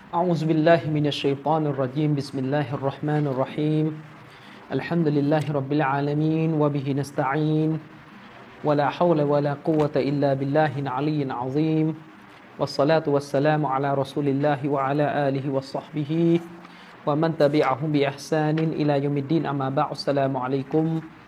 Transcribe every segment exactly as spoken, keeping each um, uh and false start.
أعوذ بالله من الشيطان الرجيم بسم الله الرحمن الرحيم الحمد لله رب العالمين وبه نستعين ولا حول ولا قوة إلا بالله العلي العظيم والصلاة والسلام على رسول الله وعلى آله وصحبه ومن تبعهم بإحسان إلى يوم الدين أما بعد السلام عليكم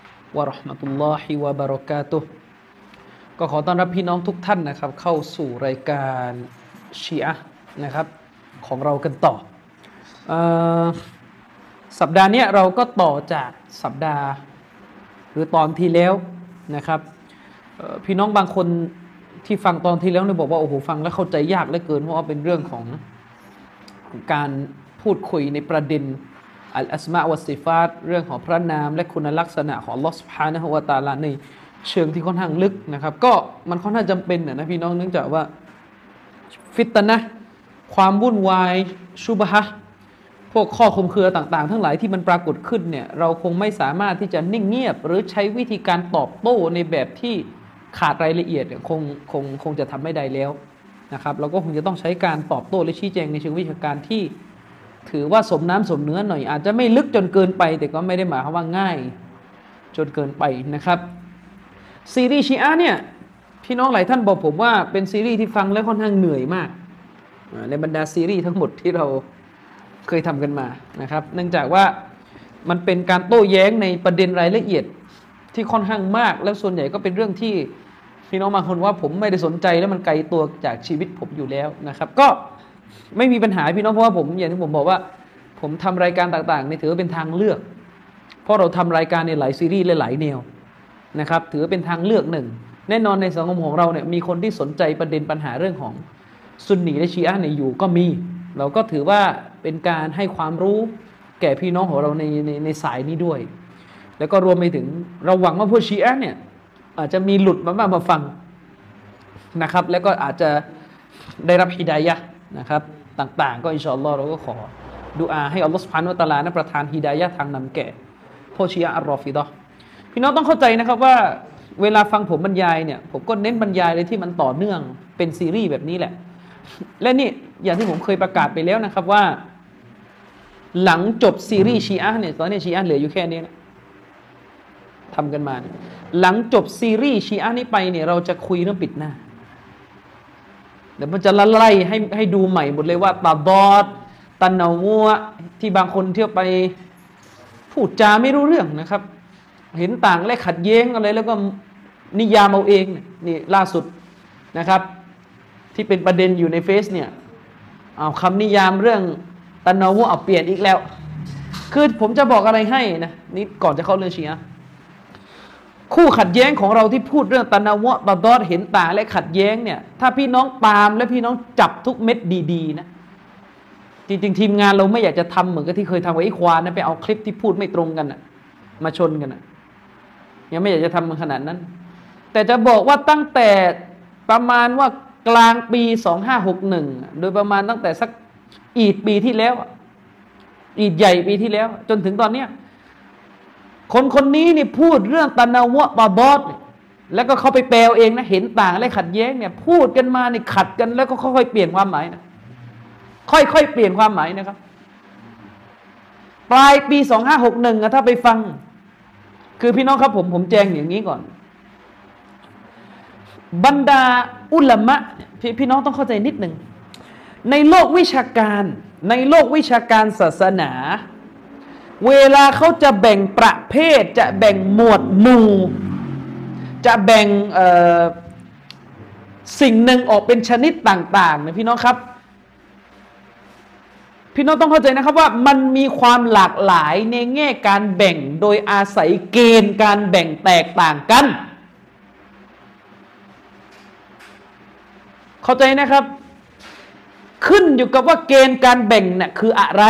ورحمة الله وبركاته ก็ขอต้อนรับพี่น้องทุกท่านนะครับเข้าสู่รายการชีอะห์นะครับของเรากันต่อเอ่อสัปดาห์นี้เราก็ต่อจากสัปดาห์หรือตอนที่แล้วนะครับพี่น้องบางคนที่ฟังตอนที่แล้วเนี่ยบอกว่าโอ้โหฟังแล้วเข้าใจยากเหลือเกินเพราะว่าเป็นเรื่องของการพูดคุยในประเด็นอัลอัสมาวัสซิฟาตเรื่องของพระนามและคุณลักษณะของอัลลอฮฺซุบฮานะฮูวะตะอาลาในเชิงที่ค่อนข้างลึกนะครับก็มันค่อนข้างจำเป็นนะพี่น้องเนื่องจากว่าฟิตนะห์ความวุ่นวายชุบฮะห์พวกข้อคลุมเครือต่างๆทั้งหลายที่มันปรากฏขึ้นเนี่ยเราคงไม่สามารถที่จะนิ่งเงียบหรือใช้วิธีการตอบโต้ในแบบที่ขาดรายละเอียดคงคงคงจะทำไม่ได้แล้วนะครับเราก็คงจะต้องใช้การตอบโต้และชี้แจงในเชิงวิชาการที่ถือว่าสมน้ำสมเนื้อหน่อยอาจจะไม่ลึกจนเกินไปแต่ก็ไม่ได้หมายความว่าง่ายจนเกินไปนะครับซีรีส์ชีอะห์เนี่ยพี่น้องหลายท่านบอกผมว่าเป็นซีรีส์ที่ฟังแล้วค่อนข้างเหนื่อยมากในบรรดาซีรีส์ทั้งหมดที่เราเคยทำกันมานะครับเนื่องจากว่ามันเป็นการโต้แย้งในประเด็นรายละเอียดที่ค่อนข้างมากแล้วส่วนใหญ่ก็เป็นเรื่องที่พี่น้องบางคนว่าผมไม่ได้สนใจแล้วมันไกลตัวจากชีวิตผมอยู่แล้วนะครับก็ไม่มีปัญหาพี่น้องเพราะว่าผมอย่างที่ผมบอกว่าผมทำรายการต่างๆนี่ถือว่าเป็นทางเลือกเพราะเราทำรายการในหลายซีรีส์และหลายแนวนะครับถือเป็นทางเลือกหนึ่งแน่นอนในสังคมของเราเนี่ยมีคนที่สนใจประเด็นปัญหาเรื่องของซุนนีและชีอะห์เนี่ยอยู่ก็มีเราก็ถือว่าเป็นการให้ความรู้แก่พี่น้องของเราในในในสายนี้ด้วยแล้วก็รวมไปถึงเราหวังว่าพวกชีอะห์เนี่ยอาจจะมีหลุดมาบ้างมาฟังนะครับแล้วก็อาจจะได้รับฮิดายะห์นะครับต่างๆก็อินชาอัลลอฮ์เราก็ขอดุอาให้อัลลอฮ์ซุบฮานะฮูวะตะอาลานะประทานฮิดายะห์ทางนำแก่พวกชีอะห์อัลรอฟิฎะห์พี่น้องต้องเข้าใจนะครับว่าเวลาฟังผมบรรยายเนี่ยผมก็เน้นบรรยายเลยที่มันต่อเนื่องเป็นซีรีส์แบบนี้แหละและนี่อย่างที่ผมเคยประกาศไปแล้วนะครับว่าหลังจบซีรีส์ชีอะห์เนี่ยตอนนี้ชีอะห์เหลืออยู่แค่นี้นะทำกันมาเนี่ยหลังจบซีรีส์ชีอะห์นี้ไปเนี่ยเราจะคุยเรื่องปิดหน้าเดี๋ยวมันจะละไล่ให้ให้ดูใหม่หมดเลยว่าตาดอดตันนาวัวที่บางคนเที่ยวไปพูดจาไม่รู้เรื่องนะครับเห็นต่างและขัดแย้งอะไรแล้วก็นิยามเอาเองนี่ล่าสุดนะครับที่เป็นประเด็นอยู่ในเฟซเนี่ยเอาคำนิยามเรื่องตันนาวัวเอาเปลี่ยนอีกแล้วคือผมจะบอกอะไรให้นะนี่ก่อนจะเข้าเรื่องชีอะห์คู่ขัดแย้งของเราที่พูดเรื่องตันนาวัวตาดอดเห็นต่างและขัดแย้งเนี่ยถ้าพี่น้องตามและพี่น้องจับทุกเม็ดดีๆนะจริงๆทีมงานเราไม่อยากจะทำเหมือนกับที่เคยทำกับไอ้ควานนะไปเอาคลิปที่พูดไม่ตรงกันนะมาชนกันนะยังไม่อยากจะทำมันขนาดนั้นแต่จะบอกว่าตั้งแต่ประมาณว่ากลางปีสองพันห้าร้อยหกสิบเอ็ดโดยประมาณตั้งแต่สักอีดปีที่แล้วอีดใหญ่ปีที่แล้วจนถึงตอนเนี้ยคนคนนี้นี่พูดเรื่องตันนาวะตาบอดแล้วก็เขาไปแปลเองนะเห็นต่างและขัดแย้งเนี่ยพูดกันมานี่ขัดกันแล้วก็ค่อยๆเปลี่ยนความหมายนะค่อยๆเปลี่ยนความหมายนะครับปลายปีสองพันห้าร้อยหกสิบเอ็ดนะถ้าไปฟังคือพี่น้องครับผมผมแจ้งอย่างนี้ก่อนบรรดาอุลามะพี่พี่น้องต้องเข้าใจนิดหนึ่งในโลกวิชาการในโลกวิชาการศาสนาเวลาเขาจะแบ่งประเภทจะแบ่งหมวดหมู่จะแบ่งสิ่งหนึ่งออกเป็นชนิดต่างๆนะพี่น้องครับพี่น้องต้องเข้าใจนะครับว่ามันมีความหลากหลายในแง่การแบ่งโดยอาศัยเกณฑ์การแบ่งแตกต่างกันเข้าใจนะครับขึ้นอยู่กับว่าเกณฑ์การแบ่งน่ะคืออะไร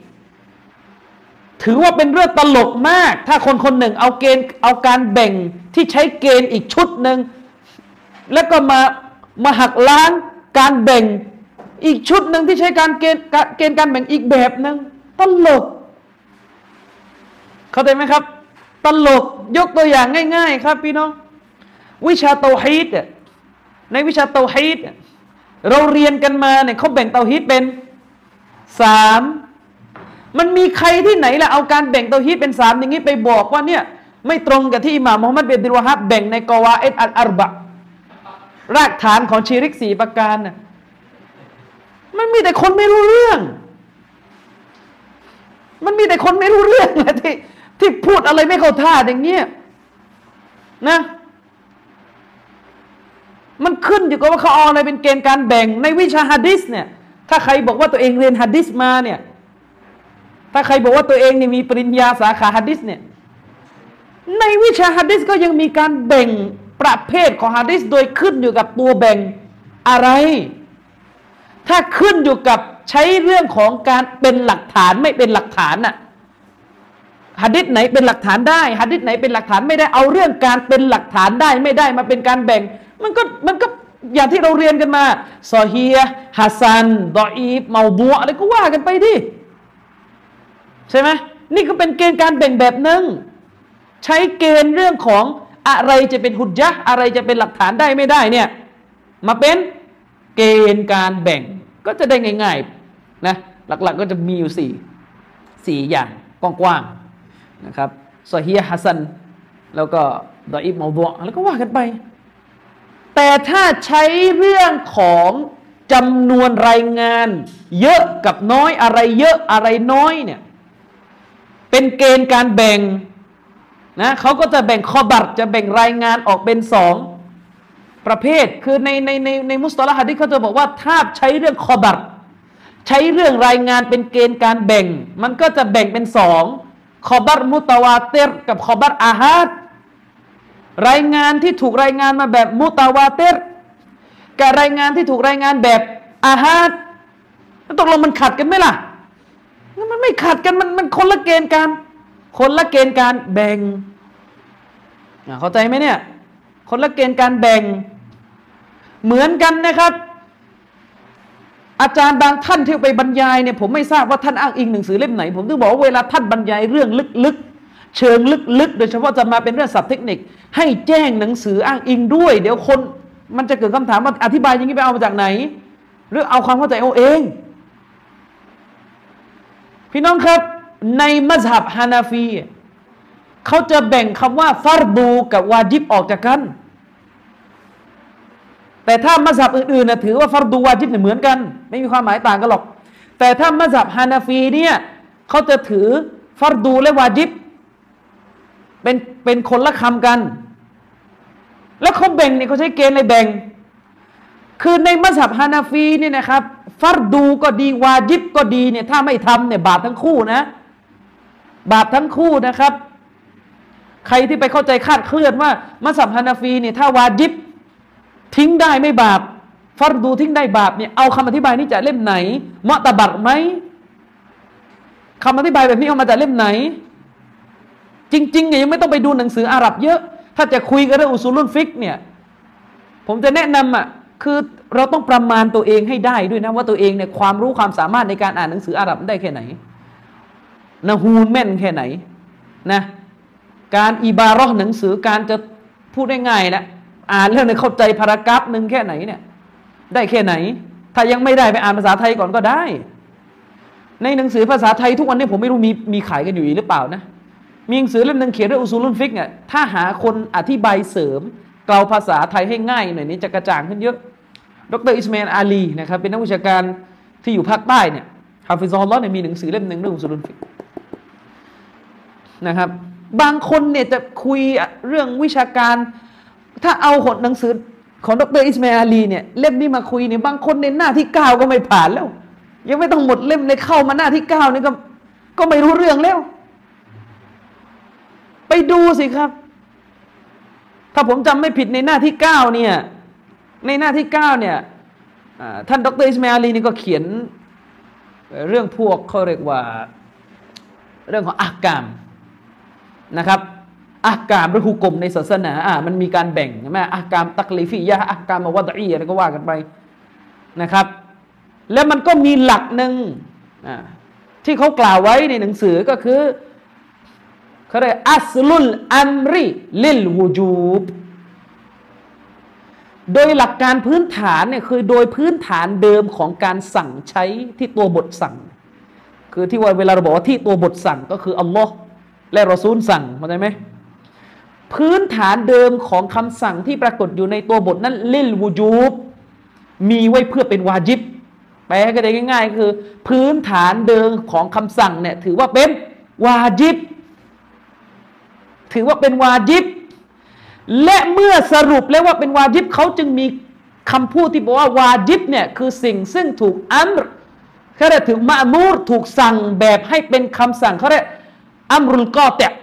ถือว่าเป็นเรื่องตลกมากถ้าคนคนหนึ่งเอาเกณฑ์เอาการแบ่งที่ใช้เกณฑ์อีกชุดหนึ่งแล้วก็มามาหักล้างการแบ่งอีกชุดหนึ่งที่ใช้การเกณฑ์เกณฑ์การแบ่งอีกแบบหนึ่งตลกเข้าใจไหมครับตลกยกตัวอย่างง่ายๆครับพี่น้องวิชาเตาฮีดในวิชาเตาฮีดเราเรียนกันมาเนี่ยเขาแบ่งเตาฮีดเป็นสามมันมีใครที่ไหนล่ะเอาการแบ่งเตาฮีดเป็นสามอย่างนี้ไปบอกว่าเนี่ยไม่ตรงกับที่อิหม่ามมุฮัมมัดบินอับดุลวะฮับแบ่งในกอวาอิดอัลอาร์บะรากฐานของชิริกสี่ประการน่ะมันมีแต่คนไม่รู้เรื่องมันมีแต่คนไม่รู้เรื่องแหละที่ที่พูดอะไรไม่เข้าท่าอย่างเงี้ยนะมันขึ้นอยู่กับว่าเขาเอาอะไรเป็นเกณฑ์การแบ่งในวิชาหะดีษเนี่ยถ้าใครบอกว่าตัวเองเรียนหะดีษมาเนี่ยถ้าใครบอกว่าตัวเองนี่มีปริญญาสาขาหะดีษเนี่ยในวิชาหะดีษก็ยังมีการแบ่งประเภทของหะดีษโดยขึ้นอยู่กับตัวแบ่งอะไรถ้าขึ้นอยู่กับใช้เรื่องของการเป็นหลักฐานไม่เป็นหลักฐานน่ะหะดีษไหนเป็นหลักฐานได้หะดีษไหนเป็นหลักฐานไม่ได้เอาเรื่องการเป็นหลักฐานได้ไม่ได้มาเป็นการแบ่งมันก็มันก็อย่างที่เราเรียนกันมาซอฮีฮ์ฮัสซันดออีฟเมาดูอะไรก็ว่ากันไปดิใช่ไหมนี่ก็เป็นเกณฑ์การแบ่งแบบนึงใช้เกณฑ์เรื่องของอะไรจะเป็นหุจญะห์อะไรจะเป็นหลักฐานได้ไม่ได้เนี่ยมาเป็นเกณฑ์การแบ่งก็จะได้ง่ายๆนะหลักๆก็จะมีอยู่สี่สี่อย่างกว้างๆนะครับซอฮีฮ์ฮัสซันแล้วก็ดออีฟเมาดูแล้วก็ว่ากันไปแต่ถ้าใช้เรื่องของจำนวนรายงานเยอะกับน้อยอะไรเยอะอะไรน้อยเนี่ยเป็นเกณฑ์การแบ่งนะเขาก็จะแบ่งข้อบัตรจะแบ่งรายงานออกเป็นสองประเภทคือในในในในมุสตะละฮ์หะดีษเขาจะบอกว่าถ้าใช้เรื่องข้อบัตรใช้เรื่องรายงานเป็นเกณฑ์การแบ่งมันก็จะแบ่งเป็นสองข้อบัตรมุตะวาติรกับข้อบัตรอาฮัดรายงานที่ถูกรายงานมาแบบมุตะวาติรกับรายงานที่ถูกรายงานแบบอาฮัดตกลงมันขัดกันไหมล่ะมันไม่ขัดกันมันมันคนละเกณฑ์การคนละเกณฑ์การแบ่งเข้าใจไหมเนี่ยคนละเกณฑ์การแบ่งเหมือนกันนะครับอาจารย์บางท่านที่ไปบรรยายเนี่ยผมไม่ทราบว่าท่านอ้างอิงหนังสือเล่มไหนผมถึงบอกว่าเวลาท่านบรรยายเรื่องลึกๆเชิงลึกๆโดยเฉพาะจะมาเป็นเรื่องศัพท์เทคนิคให้แจ้งหนังสืออ้างอิงด้วยเดี๋ยวคนมันจะเกิดคำถามว่าอธิบายอย่างนี้ไปเอามาจากไหนหรือเอาความเข้าใจเอาเองพี่น้องครับในมัซฮับฮานาฟีเขาจะแบ่งคำว่าฟัรดูกับวาญิบออกจากกันแต่ถ้ามัซฮับอื่นๆนะถือว่าฟัรดูวาญิบเนี่ยเหมือนกันไม่มีความหมายต่างกันหรอกแต่ถ้ามัซฮับฮานาฟีเนี่ยเขาจะถือฟัรดูและวาญิบเป็นเป็นคนละคำกันแล้วเขาแบ่งเนี่ยเขาใช้เกณฑ์อะไรแบ่งคือในมัซฮับฮานาฟีเนี่ยนะครับฟัรดูก็ดีวาญิบก็ดีเนี่ยถ้าไม่ทำเนี่ยบาปทั้งคู่นะบาปทั้งคู่นะครับใครที่ไปเข้าใจคาดเคลื่อนว่ามัซฮับฮานาฟีเนี่ยถ้าวาญิบทิ้งได้ไม่บาปฟัรดูทิ้งได้บาปเนี่ยเอาคำอธิบายนี้จากเล่มไหนมะตะบัรไหมคำอธิบายแบบนี้เอามาจากเล่มไหนจริงๆเนี่ยยังไม่ต้องไปดูหนังสืออาหรับเยอะถ้าจะคุยกันเรื่องอุซูลุลฟิกเนี่ยผมจะแนะนำอ่ะคือเราต้องประมาณตัวเองให้ได้ด้วยนะว่าตัวเองเนี่ยความรู้ความสามารถในการอ่านหนังสืออาหรับได้แค่ไหนนะฮูนแม่นแค่ไหนนะการอิบารอห์หนังสือการจะพูดได้ง่ายนะอ่านแล้วเนี่ยเข้าใจพารากราฟหนึ่งแค่ไหนเนี่ยได้แค่ไหนถ้ายังไม่ได้ไปอ่านภาษาไทยก่อนก็ได้ในหนังสือภาษาไทยทุกวันนี้ผมไม่รู้มีมีขายกันอยู่หรือเปล่านะมีหนังสือเล่มนึงเขียนเรื่องอุซูลุลฟิกเนี่ยถ้าหาคนอธิบายเสริมเกลาภาษาไทยให้ง่ายหน่อยนี้จะกระจ่างขึ้นเยอะดรอิสมาอิลอาลีนะครับเป็นนักวิชาการที่อยู่ภาคใต้เนี่ยฮาฟิซอฮุลลอฮ์เนี่ยมีหนังสือเล่มนึงเรื่องอุซูลุลฟิกนะครับบางคนเนี่ยจะคุยเรื่องวิชาการถ้าเอาหนังสือของดรอิสมาอิลอาลีเนี่ยเล่มนี้มาคุยเนี่ยบางคนในหน้าที่เก้าก็ไม่ผ่านแล้วยังไม่ต้องหมดเล่มเลยเข้ามาหน้าที่เก้านี่ก็ก็ไม่รู้เรื่องแล้วไปดูสิครับถ้าผมจำไม่ผิดในหน้าที่เก้าเนี่ยในหน้าที่เก้าเนี่ยท่านดรอิสมาอิลอาลีนี่ก็เขียนเรื่องพวกเขาเรียกว่าเรื่องของอักกามนะครับอักกามหรือฮุกมในศาสนาอ่ามันมีการแบ่งใช่ไหมอักกามตักลีฟียะอักกามวะดอีอะไรก็ว่ากันไปนะครับแล้วมันก็มีหลักหนึ่งที่เขากล่าวไว้ในหนังสือก็คือเขาเรียกอัสลุลอัมริลิลวูจูบโดยหลักการพื้นฐานเนี่ยคือโดยพื้นฐานเดิมของการสั่งใช้ที่ตัวบทสั่งคือที่ว่าเวลาเราบอกว่าที่ตัวบทสั่งก็คืออัลลอฮ์และรอซูลสั่งเข้าใจไหมพื้นฐานเดิมของคำสั่งที่ปรากฏอยู่ในตัวบทนั้นลิลวูจูบมีไว้เพื่อเป็นวาญิบแปลก็ได้ง่ายๆคือพื้นฐานเดิมของคำสั่งเนี่ยถือว่าเป็นวาญิบถือว่าเป็นวาญิบและเมื่อสรุปแล้วว่าเป็นวาญิบเขาจึงมีคำพูดที่บอกว่าวาญิบเนี่ยคือสิ่งซึ่งถูกอัมรเขาเรียกถึงมะมูรถูกสั่งแบบให้เป็นคำสั่งเขาเรียกอัมรุลกอติ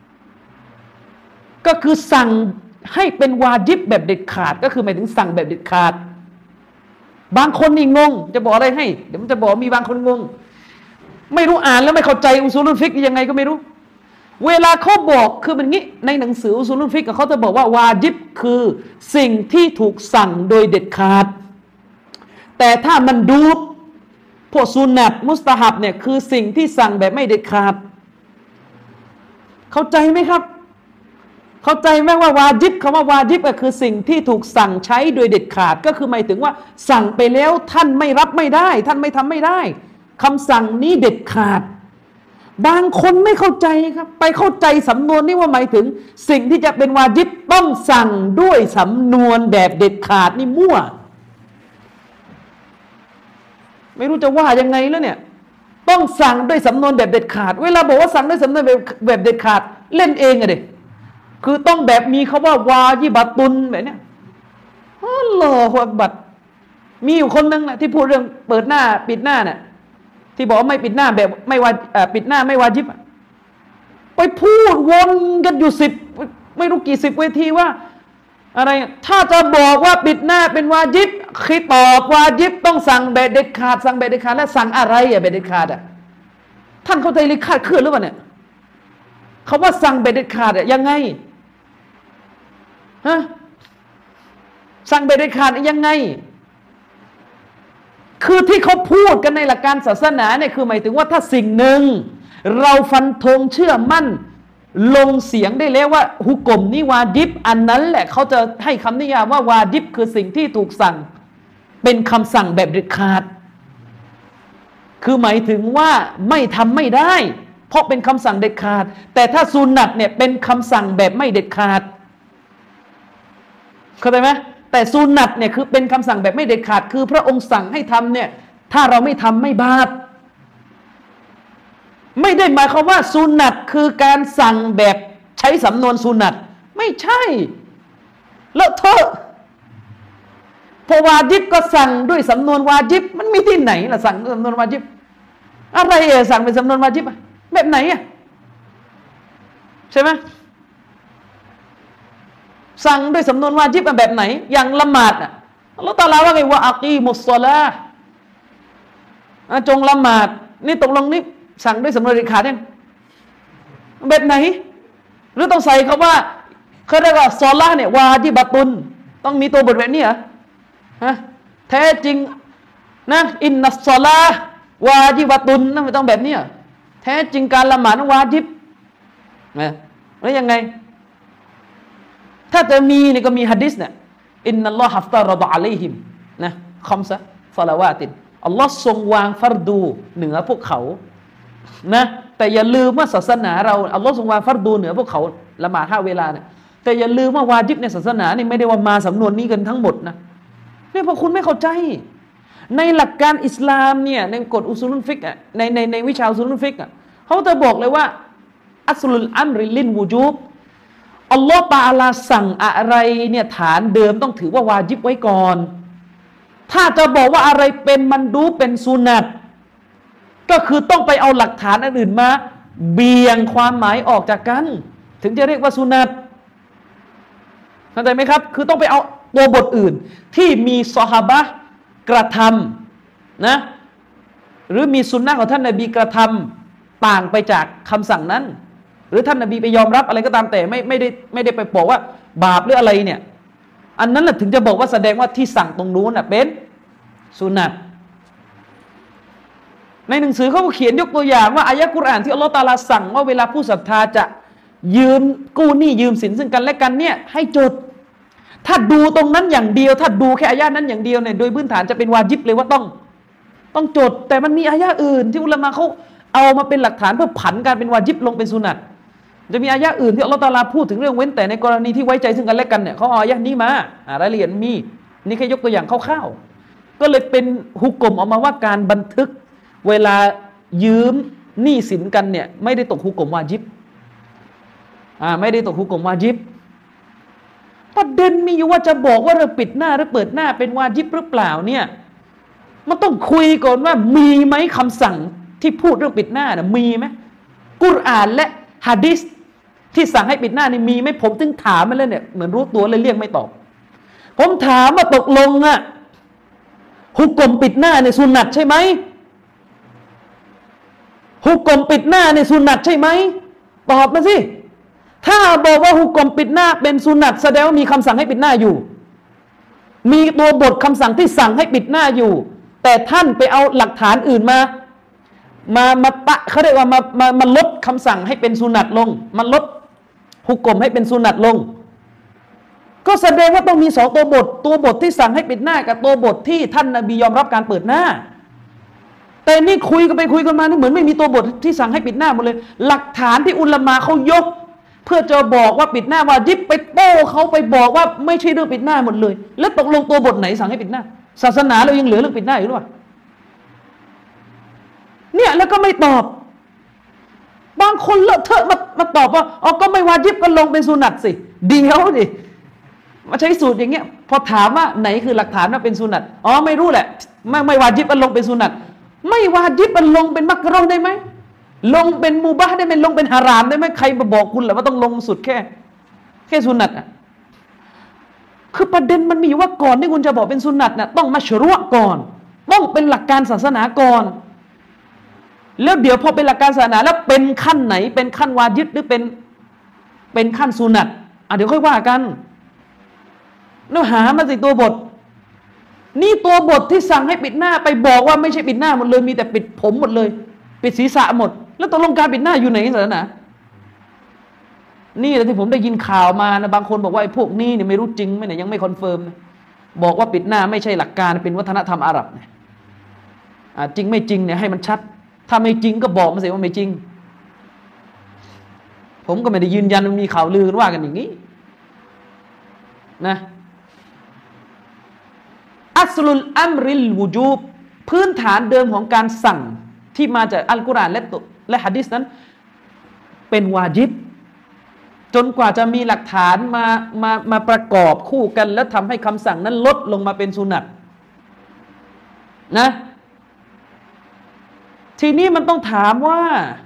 ก็คือสั่งให้เป็นวาญิบแบบเด็ดขาดก็คือหมายถึงสั่งแบบเด็ดขาดบางคนนี่งงจะบอกอะไรให้เดี๋ยวมันจะบอกมีบางคนงงไม่รู้อ่านแล้วไม่เข้าใจอุซูลุลฟิกยังไงก็ไม่รู้เวลาเขาบอกคือเป็นงี้ในหนังสืออุซูลุลฟิกเขาจะบอกว่าวาญิบคือสิ่งที่ถูกสั่งโดยเด็ดขาดแต่ถ้ามันดูบพวกซุนนัตมุสตะฮับเนี่ยคือสิ่งที่สั่งแบบไม่เด็ดขาดเข้าใจไหมครับเข้าใจไหมว่าวาญิบคำว่าวาญิบก็คือสิ่งที่ถูกสั่งใช้โดยเด็ดขาดก็คือหมายถึงว่าสั่งไปแล้วท่านไม่รับไม่ได้ท่านไม่ทำไม่ได้คำสั่งนี้เด็ดขาดบางคนไม่เข้าใจครับไปเข้าใจสำนวนนี้ว่าหมายถึงสิ่งที่จะเป็นวาญิบต้องสั่งด้วยสำนวนแบบเด็ดขาดนี่มั่วไม่รู้จะว่ายังไงแล้วเนี่ยต้องสั่งด้วยสำนวนแบบเด็ดขาดเวลาบอกว่าสั่งด้วยสำนวนแบบแบบเด็ดขาดเล่นเองอะเด็กคือต้องแบบมีคำว่าวาญิบัตุนแบบเนี้ยอัลลอฮฺอักบัรมีอยู่คนนึงนะที่พูดเรื่องเปิดหน้าปิดหน้าเนี่ยที่บอกว่าไม่ปิดหน้าแบบไม่วาปิดหน้าไม่วาญิบไปพูดวนกันอยู่สิบไม่รู้กี่สิบเวทีว่าอะไรถ้าจะบอกว่าปิดหน้าเป็นวาญิบคิตอบวาญิบต้องสั่งแบบเด็ดขาดสั่งแบบเด็ดขาดแล้วสั่งอะไรอะแบบเด็ดขาดอะท่านเข้าใจเลยคาดเคลื่อนหรือเปล่าเนี่ยเขาว่าสั่งแบบเด็ดขาดอะยังไงฮะสั่งแบบเด็ดขาดยังไงคือที่เขาพูดกันในหลักการศาสนาเนี่ยคือหมายถึงว่าถ้าสิ่งหนึ่งเราฟันธงเชื่อมั่นลงเสียงได้แล้วว่าฮุกมนี้วาญิบอันนั้นแหละเขาจะให้คำนิยามว่าวาญิบคือสิ่งที่ถูกสั่งเป็นคำสั่งแบบเด็ดขาดคือหมายถึงว่าไม่ทำไม่ได้เพราะเป็นคำสั่งเด็ดขาดแต่ถ้าซุนนัตเนี่ยเป็นคำสั่งแบบไม่เด็ดขาดเข้าใจไหมแต่ซุนนัตเนี่ยคือเป็นคำสั่งแบบไม่เด็ดขาดคือพระองค์สั่งให้ทำเนี่ยถ้าเราไม่ทำไม่บาปไม่ได้หมายความว่าซุนนัตคือการสั่งแบบใช้สำนวนซุนนัตไม่ใช่แล้วเธอพอวาญิบก็สั่งด้วยสำนวนวาญิบมันมีที่ไหนล่ะสั่งด้วยสำนวนวาญิบอะไรอะสั่งเป็นสำนวนวาญิบอะแบบไหนอะใช่ไหมสั่งด้วยสำนวนวาญิบแบบไหนอย่างละหมาดอ่ะอัลลอฮฺตะอาลาว่าไงว่าอักีมุสศอลาห์จงละหมาดนี่ตกลงนี่สั่งด้วยสำนวนเด็ดขาดยังแบบไหนหรือต้องใส่คำว่าเขาเรียกว่าศอลาห์เนี่ยวาญิบัตุนต้องมีตัวบทแบบนี้เหรอฮะแท้จริงนะอินนัสศอลาห์วาญิบัตุนนั่นไม่ต้องแบบนี้แท้จริงการละหมาดวาญิบนะแล้วยังไงถ้าจะมีนี่ก็มีหะดีษเนี่ยอินนัลลอฮฺฮัฟตะรฎออะลัยฮิมนะคัมซะศอลาวาตินอัลลอฮ์ทรงวางฟัรดูเหนือพวกเขานะแต่อย่าลืมว่าศาสนาเราอัลลอฮ์ทรงวางฟัรดูเหนือพวกเขาละหมาดห้าเวลาเนี่ยแต่อย่าลืมว่าวาญิบในศาสนานี่ไม่ได้ว่ามาสำนวนนี้กันทั้งหมดนะเนี่ยเพราะคุณไม่เข้าใจในหลักการอิสลามเนี่ยในกฎอุซูลุลฟิกอ่ะในในในวิชาอุซูลุลฟิกอ่ะเขาจะบอกเลยว่าอัสลุลอัมริลินวูจูบอัลลอฮฺตะอาลาสั่งอะไรเนี่ยฐานเดิมต้องถือว่าวาญิบไว้ก่อนถ้าจะบอกว่าอะไรเป็นมันดูเป็นสุนัตก็คือต้องไปเอาหลักฐานอื่นมาเบี่ยงความหมายออกจากกันถึงจะเรียกว่าสุนัตเข้าใจไหมครับคือต้องไปเอาตัวบทอื่นที่มีซอฮาบะห์กระทำนะหรือมีสุนนะของท่านนบีกระทำต่างไปจากคำสั่งนั้นหรือท่านนบีไปยอมรับอะไรก็ตามแต่ไม่ไม่ได้ไม่ได้ไปบอกว่าบาปหรืออะไรเนี่ยอันนั้นแหละถึงจะบอกว่าแสดงว่าที่สั่งตรงนู้นน่ะเป็นสุนัตในหนังสือเขาเขียนยกตัวอย่างว่าอายะกุรอานที่อัลลอฮฺตะอาลาสั่งว่าเวลาผู้ศรัทธาจะยืมกู้หนี้ยืมสินซึ่งกันและกันเนี่ยให้จดถ้าดูตรงนั้นอย่างเดียวถ้าดูแค่อายะนั้นอย่างเดียวเนี่ยโดยพื้นฐานจะเป็นวาญิบเลยว่าต้องต้องจดแต่มันมีอายะอื่นที่อุลามะเขาเอามาเป็นหลักฐานเพื่อผันการเป็นวาญิบลงเป็นสุนัตจะมีอายะอื่นที่อัลลอฮฺตะอาลาพูดถึงเรื่องเว้นแต่ในกรณีที่ไว้ใจซึ่งกันและกันเนี่ยเขาเอาอายะนี้มารายละเอียดมีนี่แค่ยกตัวอย่างคร่าวๆก็เลยเป็นฮุกกลมออกมาว่าการบันทึกเวลายืมหนี้สินกันเนี่ยไม่ได้ตกฮุกกลมวาญิบอ่าไม่ได้ตกฮุกกลมวาญิบประเด็นมีอยู่ว่าจะบอกว่าเราปิดหน้าหรือเปิดหน้าเป็นวาญิบหรือเปล่าเนี่ยมันต้องคุยก่อนว่ามีไหมคำสั่งที่พูดเรื่องปิดหน้านะมีไหมกุรอานและหะดีษที่สั่งให้ปิดหน้านี่มีไหมผมถึงถามมาแล้วเนี่ยเหมือนรู้ตัวเลยเรียกไม่ตอบผมถามว่าตกลงอะฮุกกลมปิดหน้าในสุนัตใช่ไหมฮุกกลมปิดหน้าในสุนัตใช่ไหมตอบมาสิถ้าบอกว่าฮุกกลมปิดหน้าเป็นสุนัตแสดงว่ามีคำสั่งให้ปิดหน้าอยู่มีตัวบทคำสั่งที่สั่งให้ปิดหน้าอยู่แต่ท่านไปเอาหลักฐานอื่นมามามาปะเขาเรียกว่ามามามาลดคำสั่งให้เป็นสุนัตลงมันลดฮุกกลมให้เป็นสุนัตลงก็แสดงว่าต้องมีสองตัวบทตัวบทที่สั่งให้ปิดหน้ากับตัวบทที่ท่านนบียอมรับการเปิดหน้าแต่นี่คุยกันไปคุยกันมานี่เหมือนไม่มีตัวบทที่สั่งให้ปิดหน้าหมดเลยหลักฐานที่อุลามะเขายกเพื่อจะบอกว่าปิดหน้าวาญิบไปโต้เขาไปบอกว่าไม่ใช่เรื่องปิดหน้าหมดเลยแล้วตกลงตัวบทไหนสั่งให้ปิดหน้าศาสนาเรายังเหลือเรื่องปิดหน้าอยู่หรือเปล่าเนี่ยแล้วก็ไม่ตอบบางคนเลอะเทอะมามาตอบว่าอ๋อก็ไม่วาญิบก็ลงเป็นสุนัตสิเดียวดิมาใช้สูตรอย่างเงี้ยพอถามว่าไหนคือหลักฐานว่าเป็นสุนัตอ๋อไม่รู้แหละไม่ไม่วาญิบมันลงเป็นสุนัตไม่วาญิบมันลงเป็นมักรุฮ์ได้ไหมลงเป็นมูบะห์ได้ไหมลงเป็นฮารามได้ไหมใครมาบอกคุณแหละว่าต้องลงสุดแค่แค่สุนัตอ่ะคือประเด็นมันมีอยู่ว่าก่อนที่คุณจะบอกเป็นสุนัตน่ะต้องมัชรุอ์ก่อนต้องเป็นหลักการศาสนาก่อนแล้วเดี๋ยวพอเป็นหลักการศาสนาแล้วเป็นขั้นไหนเป็นขั้นวาญิบหรือเป็นเป็นขั้นสุนัตอ่ะเดี๋ยวค่อยว่ากันแล้วหามาสิตัวบทนี่ตัวบทที่สั่งให้ปิดหน้าไปบอกว่าไม่ใช่ปิดหน้าหมดเลยมีแต่ปิดผมหมดเลยปิดศีรษะหมดแล้วตกลงการปิดหน้าอยู่ไหนศาสนานี่แหละที่ผมได้ยินข่าวมานะบางคนบอกว่าไอ้พวกนี้เนี่ยไม่รู้จริงไหมเนี่ยยังไม่คอนเฟิร์มนะบอกว่าปิดหน้าไม่ใช่หลักการเป็นวัฒนธรรมอาหรับเนี่ยอ่าจริงไม่จริงเนี่ยให้มันชัดถ้าไม่จริงก็บอกมาสิว่าไม่จริงผมก็ไม่ได้ยืนยันมันมีข่าวลือว่ากันอย่างนี้นะอัสลุลอัมริลวูจูบพื้นฐานเดิมของการสั่งที่มาจากอัลกุรอานและและหะดีษนั้นเป็นวาญิบจนกว่าจะมีหลักฐานมามามาประกอบคู่กันแล้วทำให้คำสั่งนั้นลดลงมาเป็นสุนัตนะทีนี้มันต้องถามว่า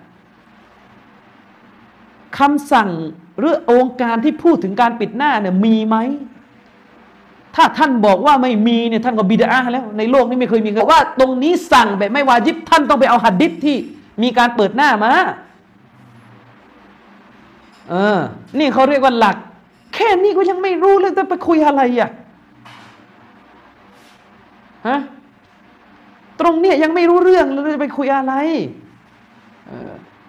คำสั่งหรือองค์การที่พูดถึงการปิดหน้าเนี่ยมีไหมถ้าท่านบอกว่าไม่มีเนี่ยท่านก็บิดอะห์แล้วในโลกนี้ไม่เคยมีว่าตรงนี้สั่งแบบไม่วาญิบท่านต้องไปเอาหะดีษที่มีการเปิดหน้ามาเออนี่เขาเรียกว่าหลักแค่นี้ก็ยังไม่รู้เลยจะไปคุยอะไรอ่ะฮะตรงเนี้ยยังไม่รู้เรื่องเลยจะไปคุยอะไรเออ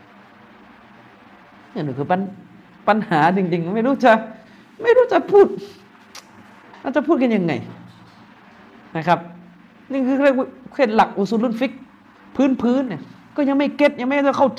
นี่นคือปัญปัญหาจริงๆไม่รู้จะไม่รู้จะพูดเราจะพูดกันยังไงนะครับนี่คือเรียกว่าเคล็ดหลักอุซูลุลฟิกพื้นพื้นเนี่ยก็ยังไม่เก็ตยังไม่ได้เข้าใจ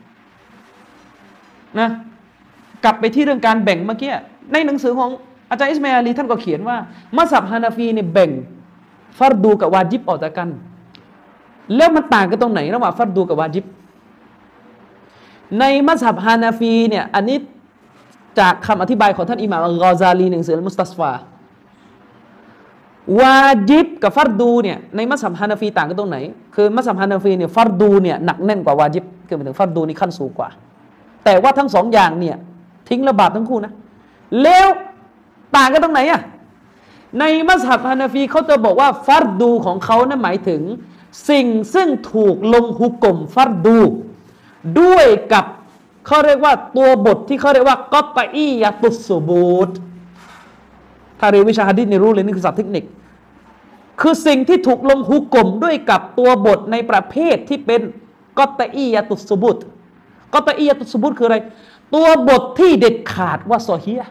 นะกลับไปที่เรื่องการแบ่งเมื่อกี้ในหนังสือของอาจารย์อิสมาอิลอาลีท่านก็เขียนว่ามัซฮับฮานาฟีเนี่ยแบ่งฟัรดูกับวาญิบออกจากกันแล้วมันต่างกันตรงไหนระหว่างฟัรดูกับวาญิบในมัซฮับฮานาฟีเนี่ยอันนี้จากคำอธิบายของท่านอิหม่ามอัลกอซาลีหนังสืออัลมุสตัศฟาวาญิบกับฟัรดูเนี่ยในมัซฮับฮานาฟีต่างกันตรงไหนคือมัซฮับฮานาฟีเนี่ยฟัรดูเนี่ยหนักแน่นกว่าวาญิบคือหมายถึงฟัรดูนี่ขั้นสูงกว่าแต่ว่าทั้งสองอย่างเนี่ยทิ้งละบาปทั้งคู่นะแล้วต่างกันตรงไหนอ่ะในมัซฮับฮานาฟีเขาจะบอกว่าฟัรดูของเขานั้นหมายถึงสิ่งซึ่งถูกลงฮุกมฟัรดูด้วยกับเขาเรียกว่าตัวบทที่เขาเรียกว่ากอตอียะตุสซูบูตถ้าเรียนวิชาหะดีษนี่รู้เลยนี่คือศัพท์เทคนิคคือสิ่งที่ถูกลงฮุกมด้วยกับตัวบทในประเภทที่เป็นกอตอียะตุสซูบูตกอตอียะตุสซูบูตคืออะไรตัวบทที่เด็ดขาดว่าซอฮีฮ์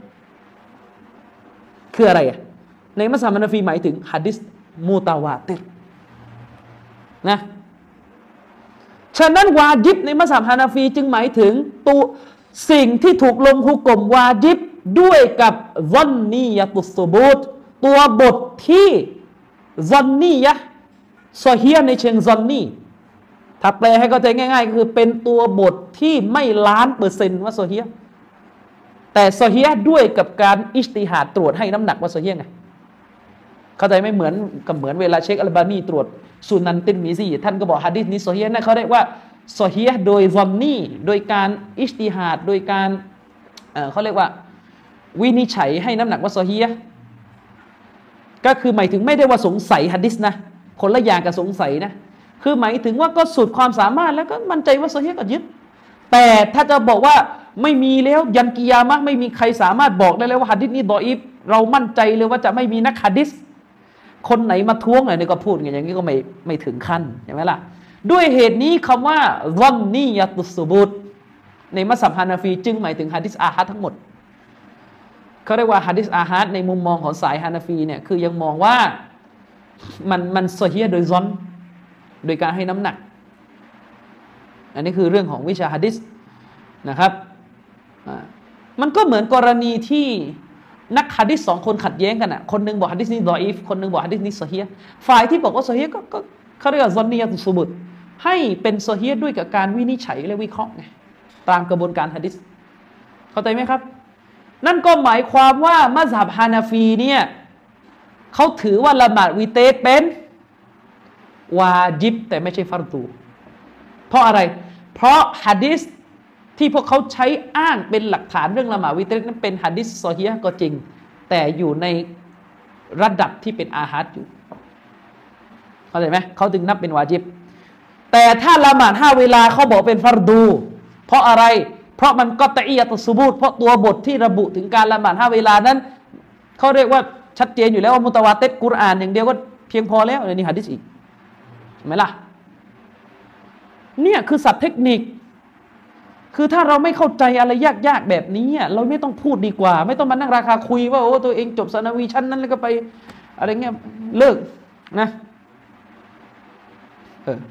คืออะไรอ่ะในมัซฮับฮานาฟีหมายถึงหะดีษมุตาวาติรนะฉฉะนั้นวาญิบในมัซฮับฮานาฟีจึงหมายถึงตัวสิ่งที่ถูกลงหุกมวาญิบด้วยกับซอนนียะตุสซุบูตตัวบทที่ซอนนียะซอฮีฮ์ในเชิงซอนนีถ้าแปลให้เข้าใจง่ายๆก็คือเป็นตัวบทที่ไม่ล้านเปอร์เซ็นต์ว่าซอฮีฮ์แต่ซอฮีฮ์ด้วยกับการอิจติฮาดตรวจให้น้ำหนักว่าซอฮีฮ์ไงเข้าใจไม่เหมือนกับเหมือนเวลาเชคอัลบานีตรวจสุนันติรมิซีท่านก็บอกหะดีษนี้ซอฮีฮ์นะเขาเรียกว่าซอฮีฮ์โดยซอนนีโดยการอิจติฮาดโดยการเอ่อเขาเรียกว่าวินิจฉัยให้น้ำหนักว่าซอฮีฮ์ก็คือหมายถึงไม่ได้ว่าสงสัยหะดีษนะคนละอย่างกับสงสัยนะคือหมายถึงว่าก็สุดความสามารถแล้วก็มั่นใจว่าซอฮีฮ์ก็ยึดแต่ถ้าจะบอกว่าไม่มีแล้วยันกิยามะห์ไม่มีใครสามารถบอกได้เลยว่าหะดีษนี้ดออีฟเรามั่นใจเลยว่าจะไม่มีนักหะดีษคนไหนมาท้วงหน่อยนี่ก็พูดอย่างนี้ก็ไม่ไม่ถึงขั้นใช่ไหมล่ะด้วยเหตุนี้คำว่าซอนนียะตุสซุบูตในมัซฮับฮานาฟีจึงหมายถึงหะดีษอาฮัดทั้งหมดเขาเรียกว่าหะดีษอาฮัดในมุมมองของสายฮานาฟีเนี่ยคือยังมองว่ามันมันซอฮีฮ์โดยซอนโดยการให้น้ำหนักอันนี้คือเรื่องของวิชาหะดีษนะครับมันก็เหมือนกรณีที่นักหะดีษสองคนขัดแย้งกันอ่ะคนนึงบอกหะดีษนี้ดออีฟคนนึงบอกหะดีษนี้ซอฮีฮ์ฝ่ายที่บอกว่าซอฮีฮ์ก็ก็เขาเรียกว่าซอนนียะตุสซุบูตให้เป็นซอฮีฮ์ด้วยกับการวินิจฉัยและวิเคราะห์ไงตามกระบวนการหะดีษเข้าใจไหมครับนั่นก็หมายความว่ามัซฮับฮานาฟีเนี่ยเขาถือว่าละหมาดวิเตรเป็นวาญิบแต่ไม่ใช่ฟัรดูเพราะอะไรเพราะหะดีษที่พวกเขาใช้อ้างเป็นหลักฐานเรื่องละหมาดวิเตรนั้นเป็นหะดีษซอฮีฮ์ก็จริงแต่อยู่ในระดับที่เป็นอาฮัดอยู่เข้าใจไหมเขาถึงนับเป็นวาญิบแต่ถ้าละหมาดห้าเวลาเขาบอกเป็นฟัรดูเพราะอะไรเพราะมันก็ตะอียะตุสซุบูตเพราะตัวบทที่ระบุถึงการละหมาดห้าเวลานั้นเขาเรียกว่าชัดเจนอยู่แล้วว่ามุตะวาติรกุรอานอย่างเดียวก็เพียงพอแล้วในหะดีษอีกเห็นไหมล่ะเนี่ยคือศัพท์เทคนิคคือถ้าเราไม่เข้าใจอะไรยากๆแบบนี้เราไม่ต้องพูดดีกว่าไม่ต้องมานั่งราคาคุยว่าโอ้ตัวเองจบซานาวีชั้นนั้นแล้วก็ไปอะไรเงี้ยเลิกนะเออ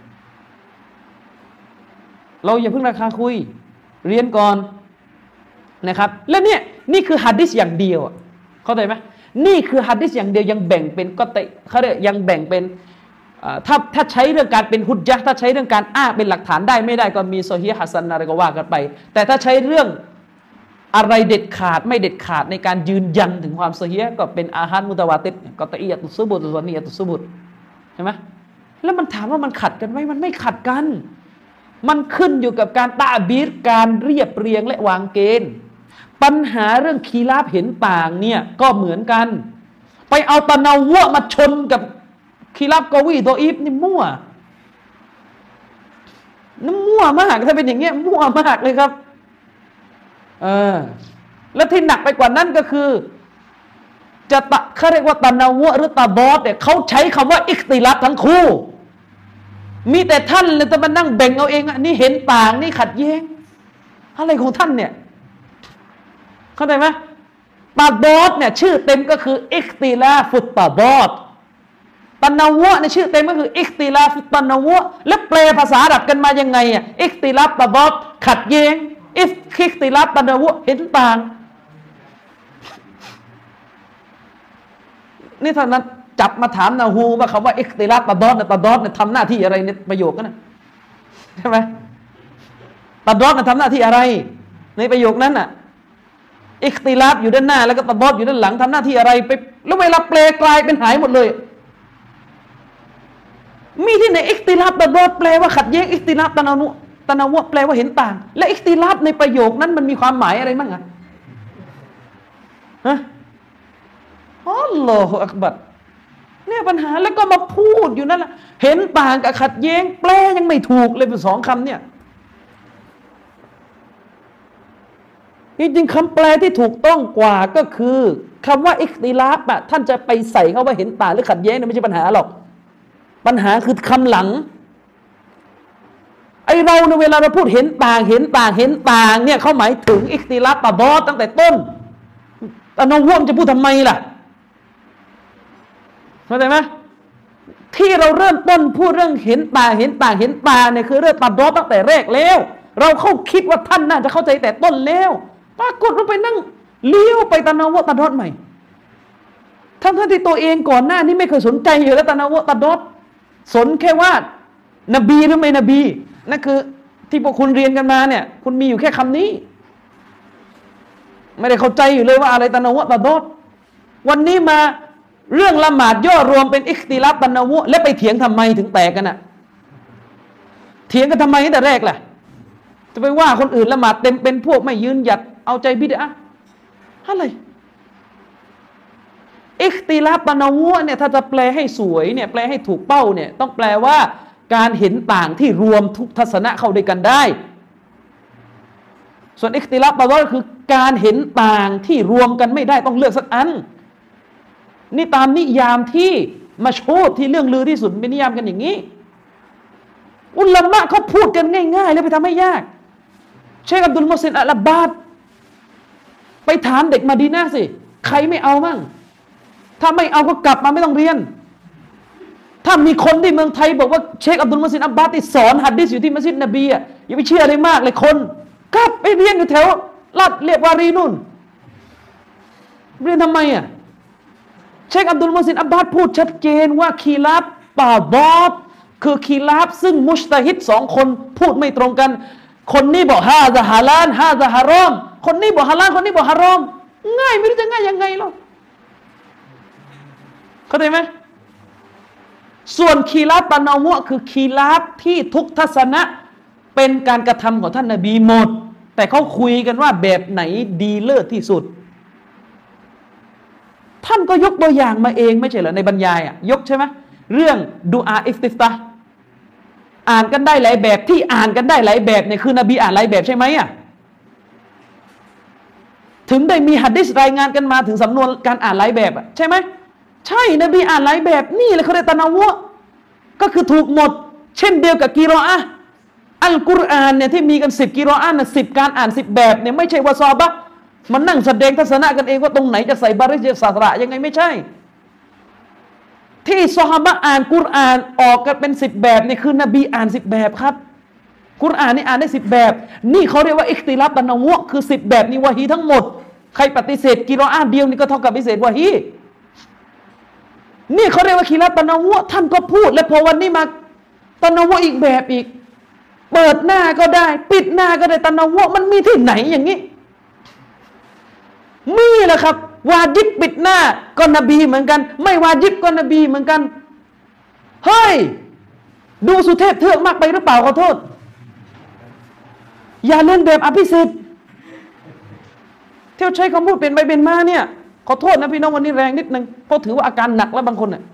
เราอย่าเพิ่งราคาคุยเรียนก่อนนะครับและเนี่ยนี่คือหะดีษอย่างเดียวเข้าใจไหมนี่คือหะดีษอย่างเดียวยังแบ่งเป็นก็เตเขาเรียกยังแบ่งเป็นถ้าถ้าใช้เรื่องการเป็นฮุจญะห์ถ้าใช้เรื่องการอ้างเป็นหลักฐานได้ไม่ได้ก็มีซอฮีฮ์ฮัสซันอะไรก็ว่ากันไปแต่ถ้าใช้เรื่องอะไรเด็ดขาดไม่เด็ดขาดในการยืนยันถึงความซอฮีฮ์ก็เป็นอาฮัดมุตะวาติรก็ตะอียะตุสซุบูตซอนนียะตุสซุบูตใช่ไหมแล้วมันถามว่ามันขัดกันไหมมันไม่ขัดกันมันขึ้นอยู่กับการตะบีรการเรียบเรียงและวางเกณฑ์ปัญหาเรื่องคีลาฟเห็นต่างเนี่ยก็เหมือนกันไปเอาตะนาวะมาชนกับคีลาฟกอวีดออีฟนี่มั่วนั่นมั่วมากถ้าเป็นอย่างเงี้ยมั่วมากเลยครับเออแล้วที่หนักไปกว่านั้นก็คือจะตะเขาเรียกว่าตะนาวะหรือตะบอสเนี่ยเขาใช้คำว่าอิคติลาฟทั้งคู่มีแต่ท่านเลยจะมานั่งแบ่งเอาเองอ่ะนี่เห็นต่างนี่ขัดแย้งอะไรของท่านเนี่ยเข้าใจไหมตะบอสเนี่ยชื่อเต็มก็คืออิคติลาฟุตตะบอสตะนาวะในชื่อเต็มก็คืออิคติลาฟุตตะนาวะแล้วแปลภาษาอาหรับกันมายังไงอ่ะอิคติลาฟตะบอสขัดแย้งอิฟอิคติลาฟตะนาวะเห็นต่างนี่ท่านนั้นจับมาถามนาฮูว่าคำว่าอิคติลาฟตะดอดเนี่ยตะดอดเนี่ยทำหน้าที่อะไรในประโยคนั้นใช่ไหมตะดอดเนี่ยทำหน้าที่อะไรในประโยคนั้นน่ะอิคติลาฟอยู่ด้านหน้าแล้วก็ตะดอดอยู่ด้านหลังทำหน้าที่อะไรไปแล้วเวลาแปลกลายเป็นหายหมดเลยมีที่ไหนอิคติลาฟตะดอดแปลว่าขัดแย้งอิคติลาฟตะนานุตะนาวะแปลว่าเห็นต่างและอิคติลาฟในประโยคนั้นมันมีความหมายอะไรบ้างอะฮะอัลลอฮฺอักบัรเนี่ยปัญหาแล้วก็มาพูดอยู่นั่นแหละเห็นต่างกับขัดแย้งแปลยังไม่ถูกเลยเป็นสองคำเนี่ยจริงๆคำแปลที่ถูกต้องกว่าก็คือคำว่าอิคติลาฟอะท่านจะไปใส่เข้าว่าเห็นต่างหรือขัดแย้งเนี่ยไม่ใช่ปัญหาหรอกปัญหาคือคำหลังไอเราในเวลาเราพูดเห็นต่างเห็นต่างเห็นต่างเนี่ยเขาหมายถึงอิคติลาฟตะบอสตั้งแต่ต้นตะนาวะจะพูดทำไมล่ะเข้าใจไหมที่เราเริ่มต้นพูดเรื่องเห็นตาเห็นตาเห็นตาเนี่ยคือเรื่องตัดรอตั้งแต่แรกแล้วเราเข้าคิดว่าท่านน่าจะเข้าใจแต่ต้นแล้วปรากฏว่าไปนั่งเลี้ยวไปตะนาวะตะดอดใหม่ทั้งท่านที่ตัวเองก่อนหน้านี้ไม่เคยสนใจอยู่แล้วตะนาวะตะดอดสนแค่ว่านบีหรือไม่นบีนั่นคือที่พวกคุณเรียนกันมาเนี่ยคุณมีอยู่แค่คำนี้ไม่ได้เข้าใจอยู่เลยว่าอะไรตะนาวะตะดอดวันนี้มาเรื่องละหมาดย่อรวมเป็นอิคติลาฟตะนาวะและไปเถียงทำไมถึงแตกกันน่ะเถียงกันทำไมตั้งแต่แรกล่ะจะไปว่าคนอื่นละหมาดเต็มเป็นพวกไม่ยืนหยัดเอาใจบิดอะอะไรอิคติลาฟตะนาวะเนี่ยถ้าจะแปลให้สวยเนี่ยแปลให้ถูกเป้าเนี่ยต้องแปลว่าการเห็นต่างที่รวมทุกทัศนะเข้าด้วยกันได้ส่วนอิคติลาฟตะนาวะคือการเห็นต่างที่รวมกันไม่ได้ต้องเลือกสักอันนี่ตามนิยามที่มาโชดที่เรื่องลือที่สุดเป็นนิยามกันอย่างนี้อุลามะเขาพูดกันง่ายๆแล้วไปทำให้ยากเชคอับดุลมุหซินอัลอาบบาดไปถามเด็กมาดีนาสิใครไม่เอามั่งถ้าไม่เอาก็กลับมาไม่ต้องเรียนถ้ามีคนที่เมืองไทยบอกว่าเชคอับดุลมุหซินอัลอาบบาดที่สอนหะดีษอยู่ที่มัสยิดนบีอ่ะอย่าไปเชื่ออะไรมากเลยคนกลับไปเรียนอยู่แถวลาดเรียบวารีนู่นเรียนทำไมอ่ะเชคอับดุลมุหซินอัลอาบบาดพูดชัดเจนว่าคีลาฟตาบอดคือคีลาฟซึ่งมุชตะฮิดสองคนพูดไม่ตรงกันคนนี้บอกฮาซาฮาลาลฮาซาฮารอมคนนี้บอกฮาลาลคนนี้บอกฮารอมง่ายไม่รู้จะง่ายยังไงหรอกเข้าใจไหมส่วนคีลาฟตะนาวะคือคีลาฟที่ทุกทัศนะเป็นการกระทำของท่านนบีหมดแต่เขาคุยกันว่าแบบไหนดีเลิศที่สุดท่านก็ยกตัวอย่างมาเองไม่ใช่เหรอในบรรยายอ่ะยกใช่ไหมเรื่องดุอาอิฟติฟตะห์อ่านกันได้หลายแบบที่อ่านกันได้หลายแบบเนี่ยคือนบีอ่านหลายแบบใช่ไหมอ่ะถึงได้มีหะดีษรายงานกันมาถึงสำนวนการอ่านหลายแบบอ่ะใช่ไหมใช่นบีอ่านหลายแบบนี่แหละเขาเรียกตะนาวะก็คือถูกหมดเช่นเดียวกับกีรออะห์อัลกุรอานเนี่ยที่มีกันสิบกีรออะห์น่ะสิบการอ่านสิบแบบเนี่ยไม่ใช่ว่าซอฮาบะห์มันนั่งแสดงทัศนะกันเองว่าตรงไหนจะใส่บาริจะสาระยังไงไม่ใช่ที่ซอฮาบะห์อ่านกุรอานออกกันเป็นสิบแบบนี่คือนบีอ่านสิบแบบครับกุรอานนี่อ่านได้สิบแบบนี่เขาเรียกว่าอิคติลาฟตะนาวะคือสิบแบบนี่วะฮีทั้งหมดใครปฏิเสธกิรออะห์เดียวนี่ก็เท่ากับปฏิเสธวะฮีนี่เขาเรียกว่าคีลาฟตะนาวะท่านก็พูดและพอวันนี้มาตะนาวะอีกแบบอีกเปิดหน้าก็ได้ปิดหน้าก็ได้ตะนาวะมันมีที่ไหนอย่างนี้มีแหละครับวาญิบปิดหน้าก็นบีเหมือนกันไม่วาญิบก็นบีเหมือนกันเฮ้ยดูสุเทพเทือกมากไปหรือเปล่าขอโทษอย่าเล่นแบบอภิสิทธิ์เที่ยวใช้คำพูดเป็นไปเป็นมาเนี่ยขอโทษนะพี่น้องวันนี้แรงนิดนึงเพราะถือว่าอาการหนักแล้วบางคนเนี่ย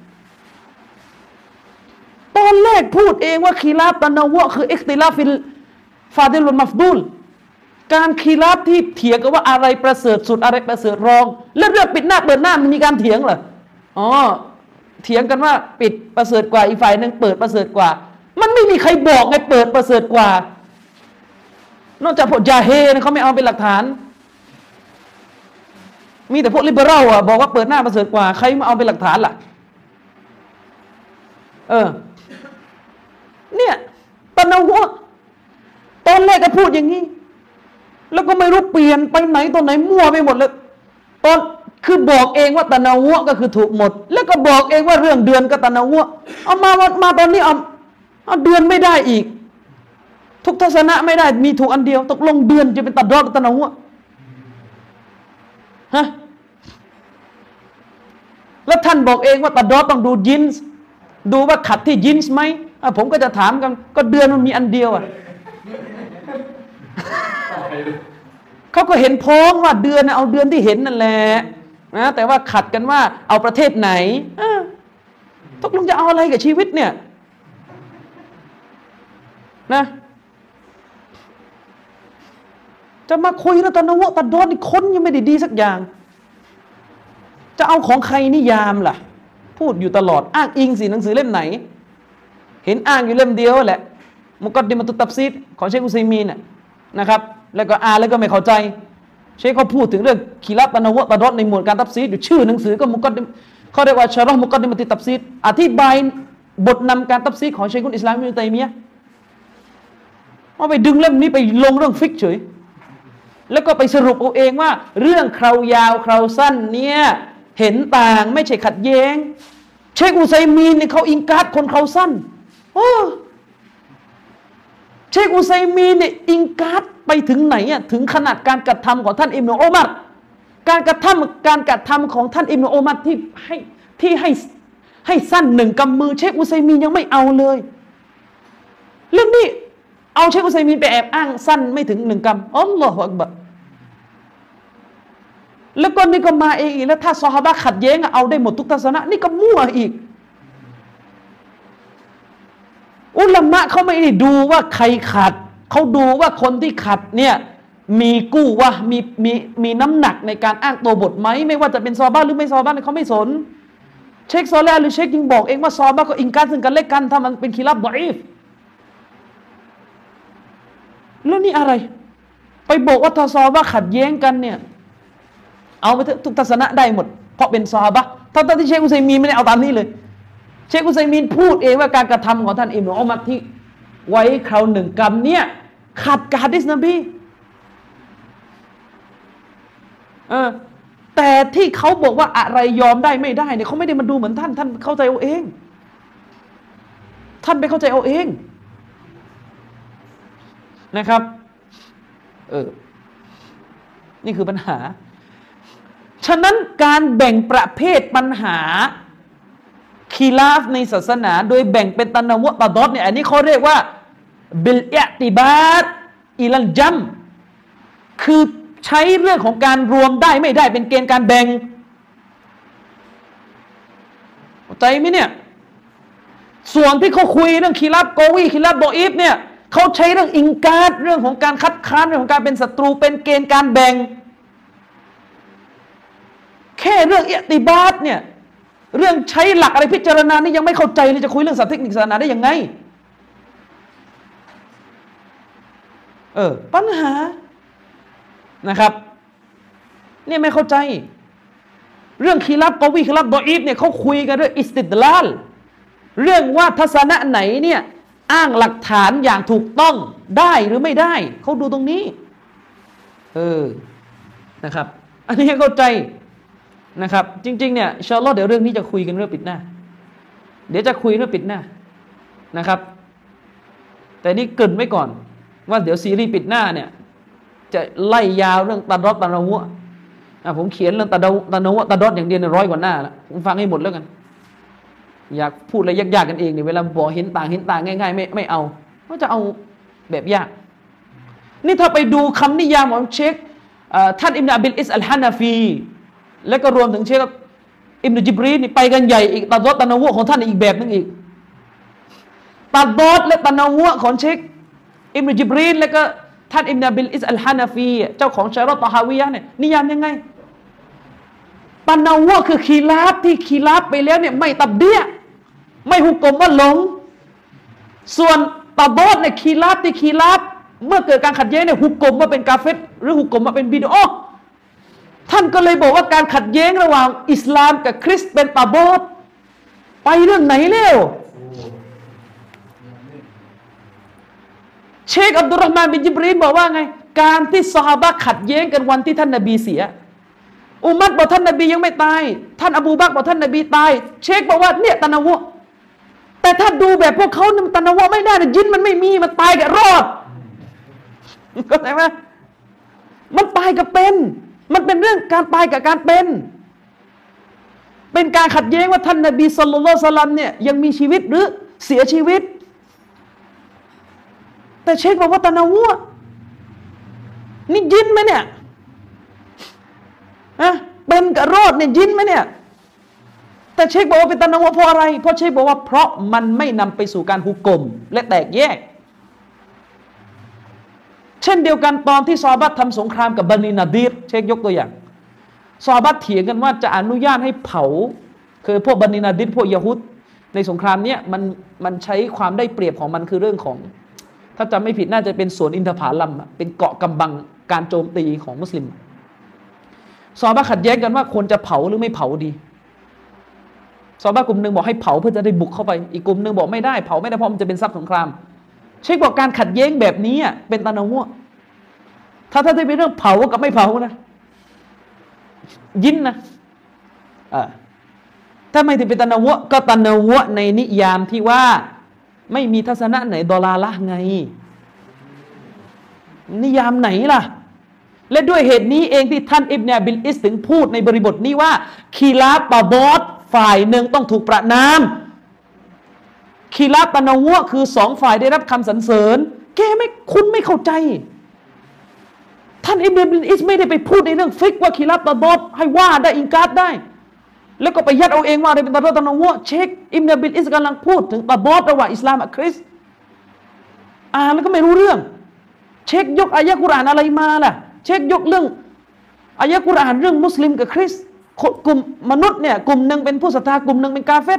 ตอนแรกพูดเองว่าคีลาฟตะนาวะคืออิคติลาฟิลฟาดิลุลมัฟดูลการคีลาฟที่เถียงกันว่าอะไรประเสริฐสุดอะไรประเสริฐรองแล้วเรื่องปิดหน้าเปิดหน้ามันมีการเถียงเหรออ๋อเถียงกันว่าปิดประเสริฐกว่าอีกฝ่ายนึงเปิดประเสริฐกว่ามันไม่มีใครบอกไงเปิดประเสริฐกว่านอกจากพวกญาเฮนะเขาไม่เอาเป็นหลักฐานมีแต่พวกลิเบอรัลอ่ะบอกว่าเปิดหน้าประเสริฐกว่าใครมาเอาเป็นหลักฐานล่ะเออเนี่ยตะนาวะตอนแรกก็พูดอย่างนี้แล้วก็ไม่รู้เปลี่ยนไปไหนตอนไหนมั่วไปหมดเลยตอนคือบอกเองว่าตะนาวะก็คือถูกหมดแล้วก็บอกเองว่าเรื่องเดือนก็ตะนาวะเอามามาตอนนี้เอาเอาเดือนไม่ได้อีกทุกทัศนะไม่ได้มีถูกอันเดียวตกลงเดือนจะเป็นตัดรอดตะนาวะฮะแล้วท่านบอกเองว่าตัดรอดต้องดูยินส์ดูว่าขัดที่ยินส์ไหมอ่ะผมก็จะถามกันก็เดือนมันมีอันเดียวอ่ะเขาก็เห็นพ้องว่าเดือนนะเอาเดือนที่เห็นนั่นแหละนะแต่ว่าขัดกันว่าเอาประเทศไหนตกลงจะเอาอะไรกับชีวิตเนี่ยนะจะมาคุยแล้วตะนาวะตัดรอดนี่คนยังไม่ได้ดีสักอย่างจะเอาของใครนิยามล่ะพูดอยู่ตลอดอ้างอิงสิหนังสือเล่มไหนเห็นอ้างอยู่เล่มเดียวแหละมุกัดดิมะตุตัฟซีรของเชคอุซัยมีนน่ะนะครับแล้วก็อ่านแล้วก็ไม่เข้าใจเชคเขาพูดถึงเรื่องคีลาฟตะนาวะตะรอดในหมวดการตัฟซีรอยู่ชื่อหนังสือก็มุกัดดิมเขาเรียกว่าชะเราะห์มุกัดดิมะตุตัฟซีรอธิบายบทนำการตัฟซีรของชัยคุลอิสลามอิบนุตัยมียะห์เอาไปดึงเล่มนี้ไปลงเรื่องฟิกเฉยแล้วก็ไปสรุปเอาเองว่าเรื่องคราวยาวคราวสั้นเนี่ยเห็นต่างไม่ใช่ขัดแย้งเชคอุซัยมีนเนี่ยเขาอิงการ์ดคนคราวสั้นโอ้เชคอุซัยมีนเนี่ยอิงการ์ดไปถึงไหนอ่ะถึงขนาดการกระทำของท่านอิบนุอุมัรการกระทำการกระทำของท่านอิบนุอุมัรที่ให้ที่ให้ให้สั้นหนึ่งกำมือเชคอุซัยมีนยังไม่เอาเลยเรื่องนี้เอาเชคอุซัยมีนไปแอบอ้างสั้นไม่ถึงหนึ่งกำอัลลอฮฺอักบัรแล้วก็นี่ก็มาเองอีกแล้วถ้าซอฮาบะห์ขัดแย้งเอาได้หมดทุกทัศนะนี่ก็มั่วอีกอุลามะเขาไม่ได้ดูว่าใครขัดเขาดูว่าคนที่ขัดเนี่ยมีกู้ว่ามีมีมีน้ำหนักในการอ้างตัวบทไหมไม่ว่าจะเป็นซอฮาบะห์หรือไม่ซอฮาบะห์เขาไม่สนเชคซอเลห์หรือเชคยังบอกเองว่าซอฮาบะห์ก็อิงการซึ่งกันและกันถ้ามันเป็นคิลาฟฎออีฟแล้วนี่อะไรไปบอกว่าถ้าซอฮาบะห์ขัดแย้งกันเนี่ยเอาไปทุกทัศนะได้หมดเพราะเป็นซอฮาบะห์ทั้งที่เชคอุซัยมีนไม่ได้เอาตามนี้เลยเชคอุซัยมีนพูดเองว่าการกระทำของท่านอิบนุอุมัรที่ไว้คราวหนึ่งกำเนี่ยขัดกับหะดีษนบีเออแต่ที่เขาบอกว่าอะไรยอมได้ไม่ได้เนี่ยเขาไม่ได้มาดูเหมือนท่านท่านเข้าใจเอาเองท่านไปเข้าใจเอาเองนะครับเออนี่คือปัญหาฉะนั้นการแบ่งประเภทปัญหาคีลาฟในศาสนาโดยแบ่งเป็นตะนาวะตะดอดเนี่ยอันนี้เขาเรียกว่าบิลอิอติบารอิลัลจัมคือใช้เรื่องของการรวมได้ไม่ได้เป็นเกณฑ์การแบ่งเข้าใจไหมเนี่ยส่วนที่เขาคุยเรื่องคีลาฟโกวีคีลาฟดออีฟเนี่ยเขาใช้เรื่องอิงการ์ดเรื่องของการคัดค้านเรื่องของการเป็นศัตรูเป็นเกณฑ์การแบ่งแค่เรื่องอิอติบารเนี่ยเรื่องใช้หลักอะไรพิจารณานี่ยังไม่เข้าใจเลยจะคุยเรื่องศาสตร์เทคนิคศาสนาได้ยังไงเออปัญหานะครับเนี่ยไม่เข้าใจเรื่องคีลับกวีคีลับดออีฟเนี่ยเขาคุยกันด้วยอิสติดลาลเรื่องว่าทัศนะไหนเนี่ยอ้างหลักฐานอย่างถูกต้องได้หรือไม่ได้เขาดูตรงนี้เออนะครับอันนี้ให้เข้าใจนะครับจริงๆเนี่ยอินชาอัลลอฮ์เดี๋ยวเรื่องนี้จะคุยกันเรื่องปิดหน้าเดี๋ยวจะคุยเรื่องปิดหน้านะครับแต่นี่เกริ่นไว้ก่อนว่าเดี๋ยวซีรีส์ปิดหน้าเนี่ยจะไล่ยาวเรื่องตะดอดตะนาวะอ่ะผมเขียนเรื่องตะดอตะนาวะตะดอดอย่างเดียวเนี่ยร้อยกว่าหน้าแล้วผมฟังให้หมดแล้วกันอยากพูดอะไรยากๆกันเองเนี่ยเวลาบอกเห็นต่างเห็นต่างง่ายๆไม่ไม่เอาก็จะเอาแบบยากนี่ถ้าไปดูคำนิยามของเชคท่านอิบนุอับิลอิสอัลฮานาฟีแล้วก็รวมถึงเชคอิบนุจิบรีนนี่ไปกันใหญ่อีกตะดอดตะนาวะของท่านอีกแบบนึงอีกตะดอดและตะนาวะของเชคอิบนุจิบรีนแล้วก็ท่านอิบนุอับิลอิสอัลฮานาฟีเจ้าของชัยเราะห์ตะฮาวียะห์เนี่ยนิยามยังไงตะนาวะคือคีลาฟที่คีลาฟไปแล้วเนี่ยไม่ตับเดียไม่หุกกลมว่าหลงส่วนตะดอดเนี่ยคีลาฟที่คีลาฟเมื่อเกิดการขัดแย้งเนี่ยหุกกลมว่าเป็นกาเฟรหรือหุกกลมว่าเป็นบิดอะห์ท่านก็เลยบอกว่าการขัดแย้งระหว่างอิสลามกับคริสต์เป็นตะดอดไปเรื่องไหนแล้วเชคอับดุลเราะห์มานบินจิบรีนบอกว่าไงการที่ซอฮาบะห์ขัดแย้งกันวันที่ท่านนบีเสียอุมัรบอกท่านนบียังไม่ตายท่านอบูบักรบอกท่านนบีตายเชคบอกว่าเนี่ยตะนาวะแต่ถ้าดูแบบพวกเขาเนี่ยตะนาวะไม่ได้นะยินมันไม่มีมันตายกับรอดเข้าใจไหมมันตายกับเป็นมันเป็นเรื่องการตายกับการเป็นเป็นการขัดแย้งว่าท่านนบีศ็อลลัลลอฮุอะลัยฮิวะซัลลัมเนี่ยยังมีชีวิตหรือเสียชีวิตแต่เชคบอกว่าตะนาวะนี่ยินไหมเนี่ยอะเป็นกับรอดเนี่ยยินไหมเนี่ยแต่เชคบอกว่าเป็นตะนาวะเพราะอะไรเพราะเชคบอกว่าเพราะมันไม่นำไปสู่การหุกกลมและแตกแยกเช่นเดียวกันตอนที่ซอฮาบะห์ทำสงครามกับบันีนาดีรเชคยกตัวอย่างซอฮาบะห์เถียงกันว่าจะอนุญาตให้เผาคือพวกบันีนาดีรพวกยะฮูดในสงครามเนี้ยมันมันใช้ความได้เปรียบของมันคือเรื่องของถ้าจำไม่ผิดน่าจะเป็นสวนอินทผลัมเป็นเกาะกำบังการโจมตีของมุสลิมซอฮาบะห์ขัดแย้งกันว่าควรจะเผาหรือไม่เผาดีซอฮาบะห์กลุ่มหนึ่งบอกให้เผาเพื่อจะได้บุกเข้าไปอีกกลุ่มหนึ่งบอกไม่ได้เผาไม่ได้เพราะมันจะเป็นทรัพย์สงครามเชคบอกการขัดแย้งแบบนี้เป็นตะนาวะถ้าถ้าจะเป็นเรื่องเผากับไม่เผานะยินนะอ่าถ้าไม่ถึงเป็นตะนาวะก็ตะนาวะในนิยามที่ว่าไม่มีทัศนะไหนดอลาละไงนิยามไหนล่ะและด้วยเหตุนี้เองที่ท่านอิบนาบิลอิสถึงพูดในบริบทนี้ว่าคีลาฟตะบอดฝ่ายหนึ่งต้องถูกประนามคีลาฟตะนาวะคือสองฝ่ายได้รับคำสรรเสริญแกไม่คุณไม่เข้าใจท่านอิบนาบิลอิสไม่ได้ไปพูดในเรื่องฟิกว่าคีลาฟตะบอดให้ว่าได้อิงการได้แล้วก็ไปยัดเอาเองว่าอะไรเป็นตะบอดตะนาวะเช็คอิบนาบิลอิสกำลังพูดถึงตะบอดระหว่างอิสลามกับคริสต์อ่านแล้วก็ไม่รู้เรื่องเช็คยกอายะกุรอานอะไรมาล่ะเช็คยกเรื่องอายะกุรอานเรื่องมุสลิมกับคริสต์กลุ่มมนุษย์เนี่ยกลุ่มหนึ่งเป็นผู้ศรัทธากลุ่มหนึ่งเป็นกาเฟร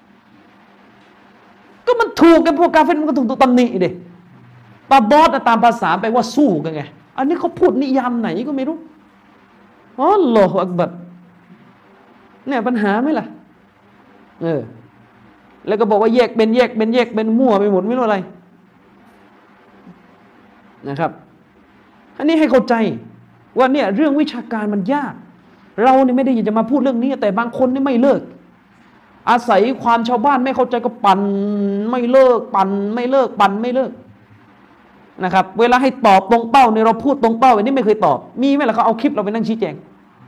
ก็มันถูกกันพวกกาเฟรมันก็ถูกตำหนิดิตาบอสตามภาษาแปลว่าสู้กันไงอันนี้เขาพูดนิยามไหนก็ไม่รู้อ๋ออัลลอฮฺอักบัรเนี่ยปัญหาไหมล่ะเออแล้วก็บอกว่าแยกเป็นแยกเป็นแยกเป็นมั่วไปหมดไม่รู้อะไรนะครับอันนี้ให้เข้าใจว่าเนี่ยเรื่องวิชาการมันยากเราเนี่ยไม่ได้อยากจะมาพูดเรื่องนี้แต่บางคนนี่ไม่เลิกอาศัยความชาวบ้านไม่เข้าใจก็ปั่นไม่เลิกปั่นไม่เลิกปั่นไม่เลิกนะครับเวลาให้ตอบตรงเป้าเนี่ยเราพูดตรงเป้าอันนี้ไม่เคยตอบมีไหมล่ะเขาเอาคลิปเราไปนั่งชี้แจง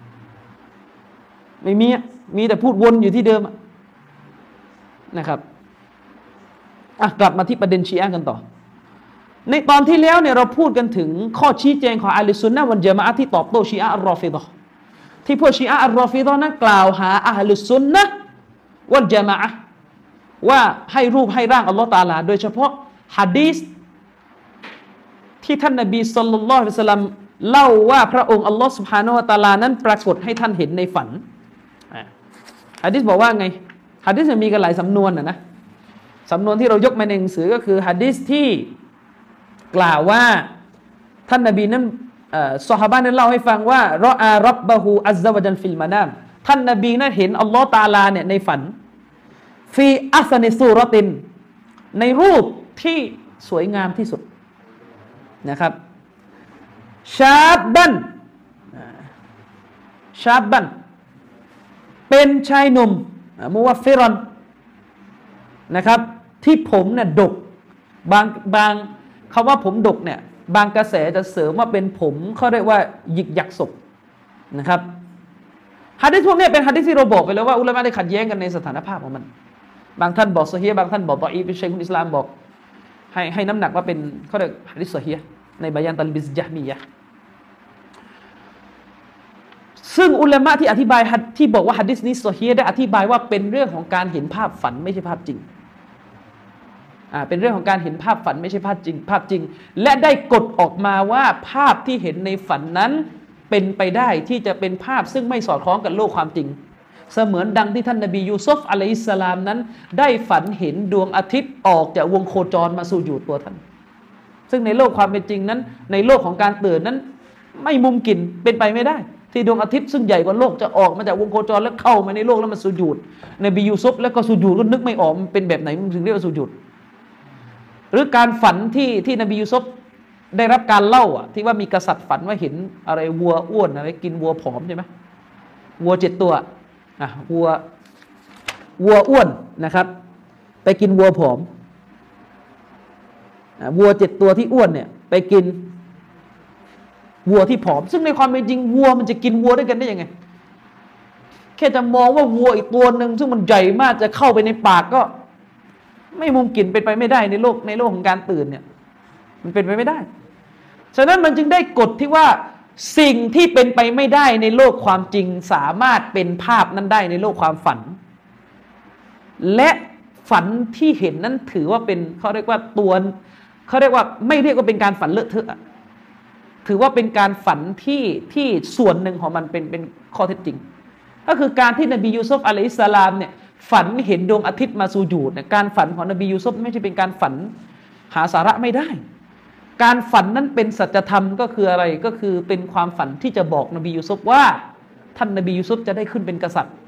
ไม่มีมีแต่พูดวนอยู่ที่เดิมนะครับอ่ะกลับมาที่ประเด็นชีอะห์กันต่อในตอนที่แล้วเนี่ยเราพูดกันถึงข้อชี้แจงของอะห์ลุสซุนนะฮ์วัลญะมาอะห์ที่ตอบโต้ชีอะห์อัลรอฟิฎะห์ที่พวกชีอะห์อัลรอฟิฎะห์นั้นกล่าวหาอะห์ลุสซุนนะฮ์วัลญะมาอะห์ว่าให้รูปให้ร่างอัลลอฮฺตะอาลาโดยเฉพาะหะดีษที่ท่านนบีศ็อลลัลลอฮุอะลัยฮิวะซัลลัมเล่าว่าพระองค์อัลลอฮฺซุบฮานะฮูวะตะอาลานั้นปรากฏให้ท่านเห็นในฝันหะดีษบอกว่าไงหะดีษมีกันหลายสำนวนนะนะสำนวนที่เรายกมาในหนังสือก็คือหะดีษที่กล่าวว่าท่านนบีนั้นซอฮาบะห์นั้นเล่าให้ฟังว่ารออารับบะฮูอัซซะวะญัลฟิลมานามท่านนบีนั้นเห็นอัลลอฮฺตะอาลาเนี่ยในฝันฟีอัสนิซูเราะตินในรูปที่สวยงามที่สุดนะครับชาบบันชาบบันเป็นชายหนุ่มมุวัฟฟิรอนนะครับที่ผมเนี่ยดกบางบางคำว่าผมดกเนี่ยบางกระแสจะเสริมว่าเป็นผมเขาเรียกว่าหยิกยักศพนะครับหะดีษพวกนี้เป็นหะดีษที่เราบอกไปแล้วว่าอุลามะได้ขัดแย้งกันในสถานภาพของมันบางท่านบอกซอฮีฮ์บางท่านบอกฎออีฟเชคุลอิสลามบอกให้ให้น้ำหนักว่าเป็นเขาเรียกหะดีษซอฮีฮ์ในบะยานตัลบิสญะมียะห์ซึ่งอุลามะที่อธิบายที่บอกว่าหะดีษนี้ซอฮีฮ์ได้อธิบายว่าเป็นเรื่องของการเห็นภาพฝันไม่ใช่ภาพจริงอ่าเป็นเรื่องของการเห็นภาพฝันไม่ใช่ภาพจริงภาพจริงและได้กฎออกมาว่าภาพที่เห็นในฝันนั้นเป็นไปได้ที่จะเป็นภาพซึ่งไม่สอดคล้องกับโลกความจริงเสมือนดังที่ท่านนบียูซุฟอะลัยฮิสสลามนั้นได้ฝันเห็นดวงอาทิตย์ออกจากวงโคจรมาสู่อยู่ตัวท่านซึ่งในโลกความเป็นจริงนั้นในโลกของการตื่นนั้นไม่มุมกินเป็นไปไม่ได้ที่ดวงอาทิตย์ซึ่งใหญ่กว่าโลกจะออกมาจากวงโคจรแล้วเข้ามาในโลกแล้วมันสุญูดนบียูซุฟแล้วก็สุญูดก็นึกไม่ออกมันเป็นแบบไหนมันถึงเรียกว่าสุญูดหรือการฝันที่ที่นบียูซุฟได้รับการเล่าอ่ะที่ว่ามีกษัตริย์ฝันว่าเห็นอะไรวัวอ้วนอะไรกินวัวผอมใช่ไหมวัวเจ็ดตัวอ่ะวัววัวอ้วนนะครับไปกินวัวผอมอ่ะวัวเจ็ดตัวที่อ้วนเนี่ยไปกินวัวที่ผอมซึ่งในความเป็นจริงวัวมันจะกินวัวด้วยกันได้ยังไงแค่จะมองว่าวัวอีกตัวหนึ่งซึ่งมันใหญ่มากจะเข้าไปในปากก็ไม่มุมกินเป็นไปไม่ได้ในโลกในโลกของการตื่นเนี่ยมันเป็นไปไม่ได้ฉะนั้นมันจึงได้กฎที่ว่าสิ่งที่เป็นไปไม่ได้ในโลกความจริงสามารถเป็นภาพนั้นได้ในโลกความฝันและฝันที่เห็นนั้นถือว่าเป็นเขาเรียกว่าตัวเขาเรียกว่าไม่เรียกว่าเป็นการฝันเลอะเทอะถือว่าเป็นการฝันที่ที่ส่วนหนึ่งของมันเป็นเป็นข้อเท็จจริงก็คือการที่นบียูซุฟอะลัยฮิสสลามเนี่ยฝันเห็นดวงอาทิตย์มาสุญูดเนี่ยการฝันของนบียูซุฟไม่ใช่เป็นการฝันหาสาระไม่ได้การฝันนั้นเป็นสัจธรรมก็คืออะไรก็คือเป็นความฝันที่จะบอกนบียูซุฟว่าท่านนบียูซุฟจะได้ขึ้นเป็นกษัตริย์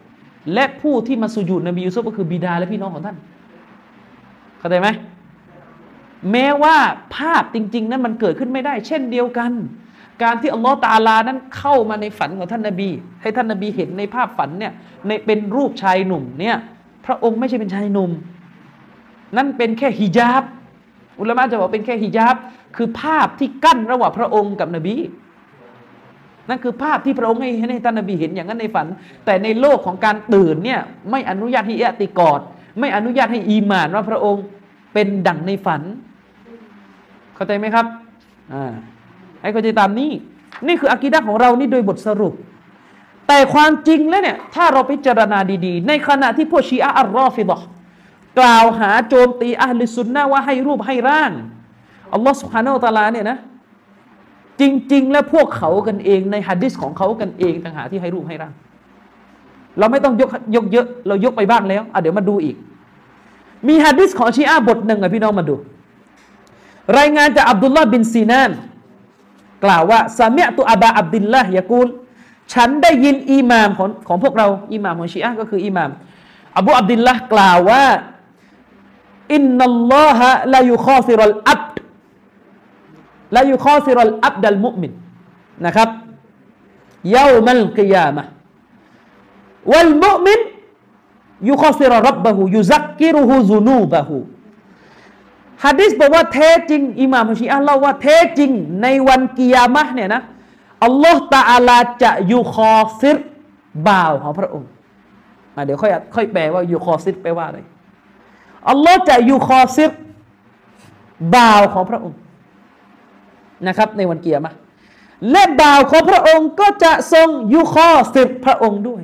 และผู้ที่มาสุญูดนบียูซุฟก็คือบิดาและพี่น้องของท่านเข้าใจไหมแม้ว่าภาพจริงๆนั้นมันเกิดขึ้นไม่ได้เช่นเดียวกันการที่อัลลอฮฺตะอาลานั้นเข้ามาในฝันของท่านนบีให้ท่านนบีเห็นในภาพฝันเนี่ยในเป็นรูปชายหนุ่มเนี่ยพระองค์ไม่ใช่เป็นชายหนุ่มนั่นเป็นแค่ฮิญาบอุลามะจะบอกเป็นแค่ฮิญาบคือภาพที่กั้นระหว่างพระองค์กับนบีนั่นคือภาพที่พระองค์ให้ให้ท่านนบีเห็นอย่างนั้นในฝันแต่ในโลกของการตื่นเนี่ยไม่อนุญาตให้อิอ์ติกอดไม่อนุญาตให้อีหม่านว่าพระองค์เป็นดั่งในฝันเข้าใจไหมครับอ่าให้เข้าใจตามนี้นี่คืออะกีดะห์ของเรานี่โดยบทสรุปแต่ความจริงแล้วเนี่ยถ้าเราพิจารณาดีๆในขณะที่พวกชีอะห์อัลรอฟิฎะห์กล่าวหาโจมตีอะห์ลุสซุนนะห์ว่าให้รูปให้ร่างอัลลอฮฺซุบฮานะฮูวะตะอาลาเนี่ยนะจริงๆแล้วพวกเขากันเองในหะดีษของเขากันเองต่างหากที่ให้รูปให้ร่างเราไม่ต้องยกยกเยอะเรายกไปบ้างแล้วอ่ะเดี๋ยวมาดูอีกมีหะดีษของชีอะห์บทหนึ่งอ่ะพี่น้องมาดูรายงานจากอับดุลลอฮ์บินซีนานกล่าวว่าซะมิอตุอะบาอับดิลลาห์ยะกูลฉันได้ยินอิหม่ามของของพวกเราอิหม่ามของชีอะห์ก็คืออิหม่ามอบูอับดิลลาห์กล่าวว่าอินนัลลอฮะลายุคอซิรัลอับดลายุคอซิรัลอับดัลมุอ์มินนะครับยอมัลกิยามะฮ์วัลมุอ์มินยุคอซิรร็อบบะฮูยุซักกิรุฮูซุนูบะฮูหะดีษบอกว่าแท้จริงอิหม่ามชีอะห์เล่าว่าแท้จริงในวันกิยามะฮ์เนี่ยนะอัลลอฮฺตะอาลาจะยุคอซิรบ่าวของพระองค์มาเดี๋ยวค่อยค่อยแปลว่ายุคอซิรแปลว่าอะไรอัลลอฮฺจะยุคอซิรบ่าวของพระองค์นะครับในวันกิยามะฮ์และบ่าวของพระองค์ก็จะทรงยุคอซิรพระองค์ด้วย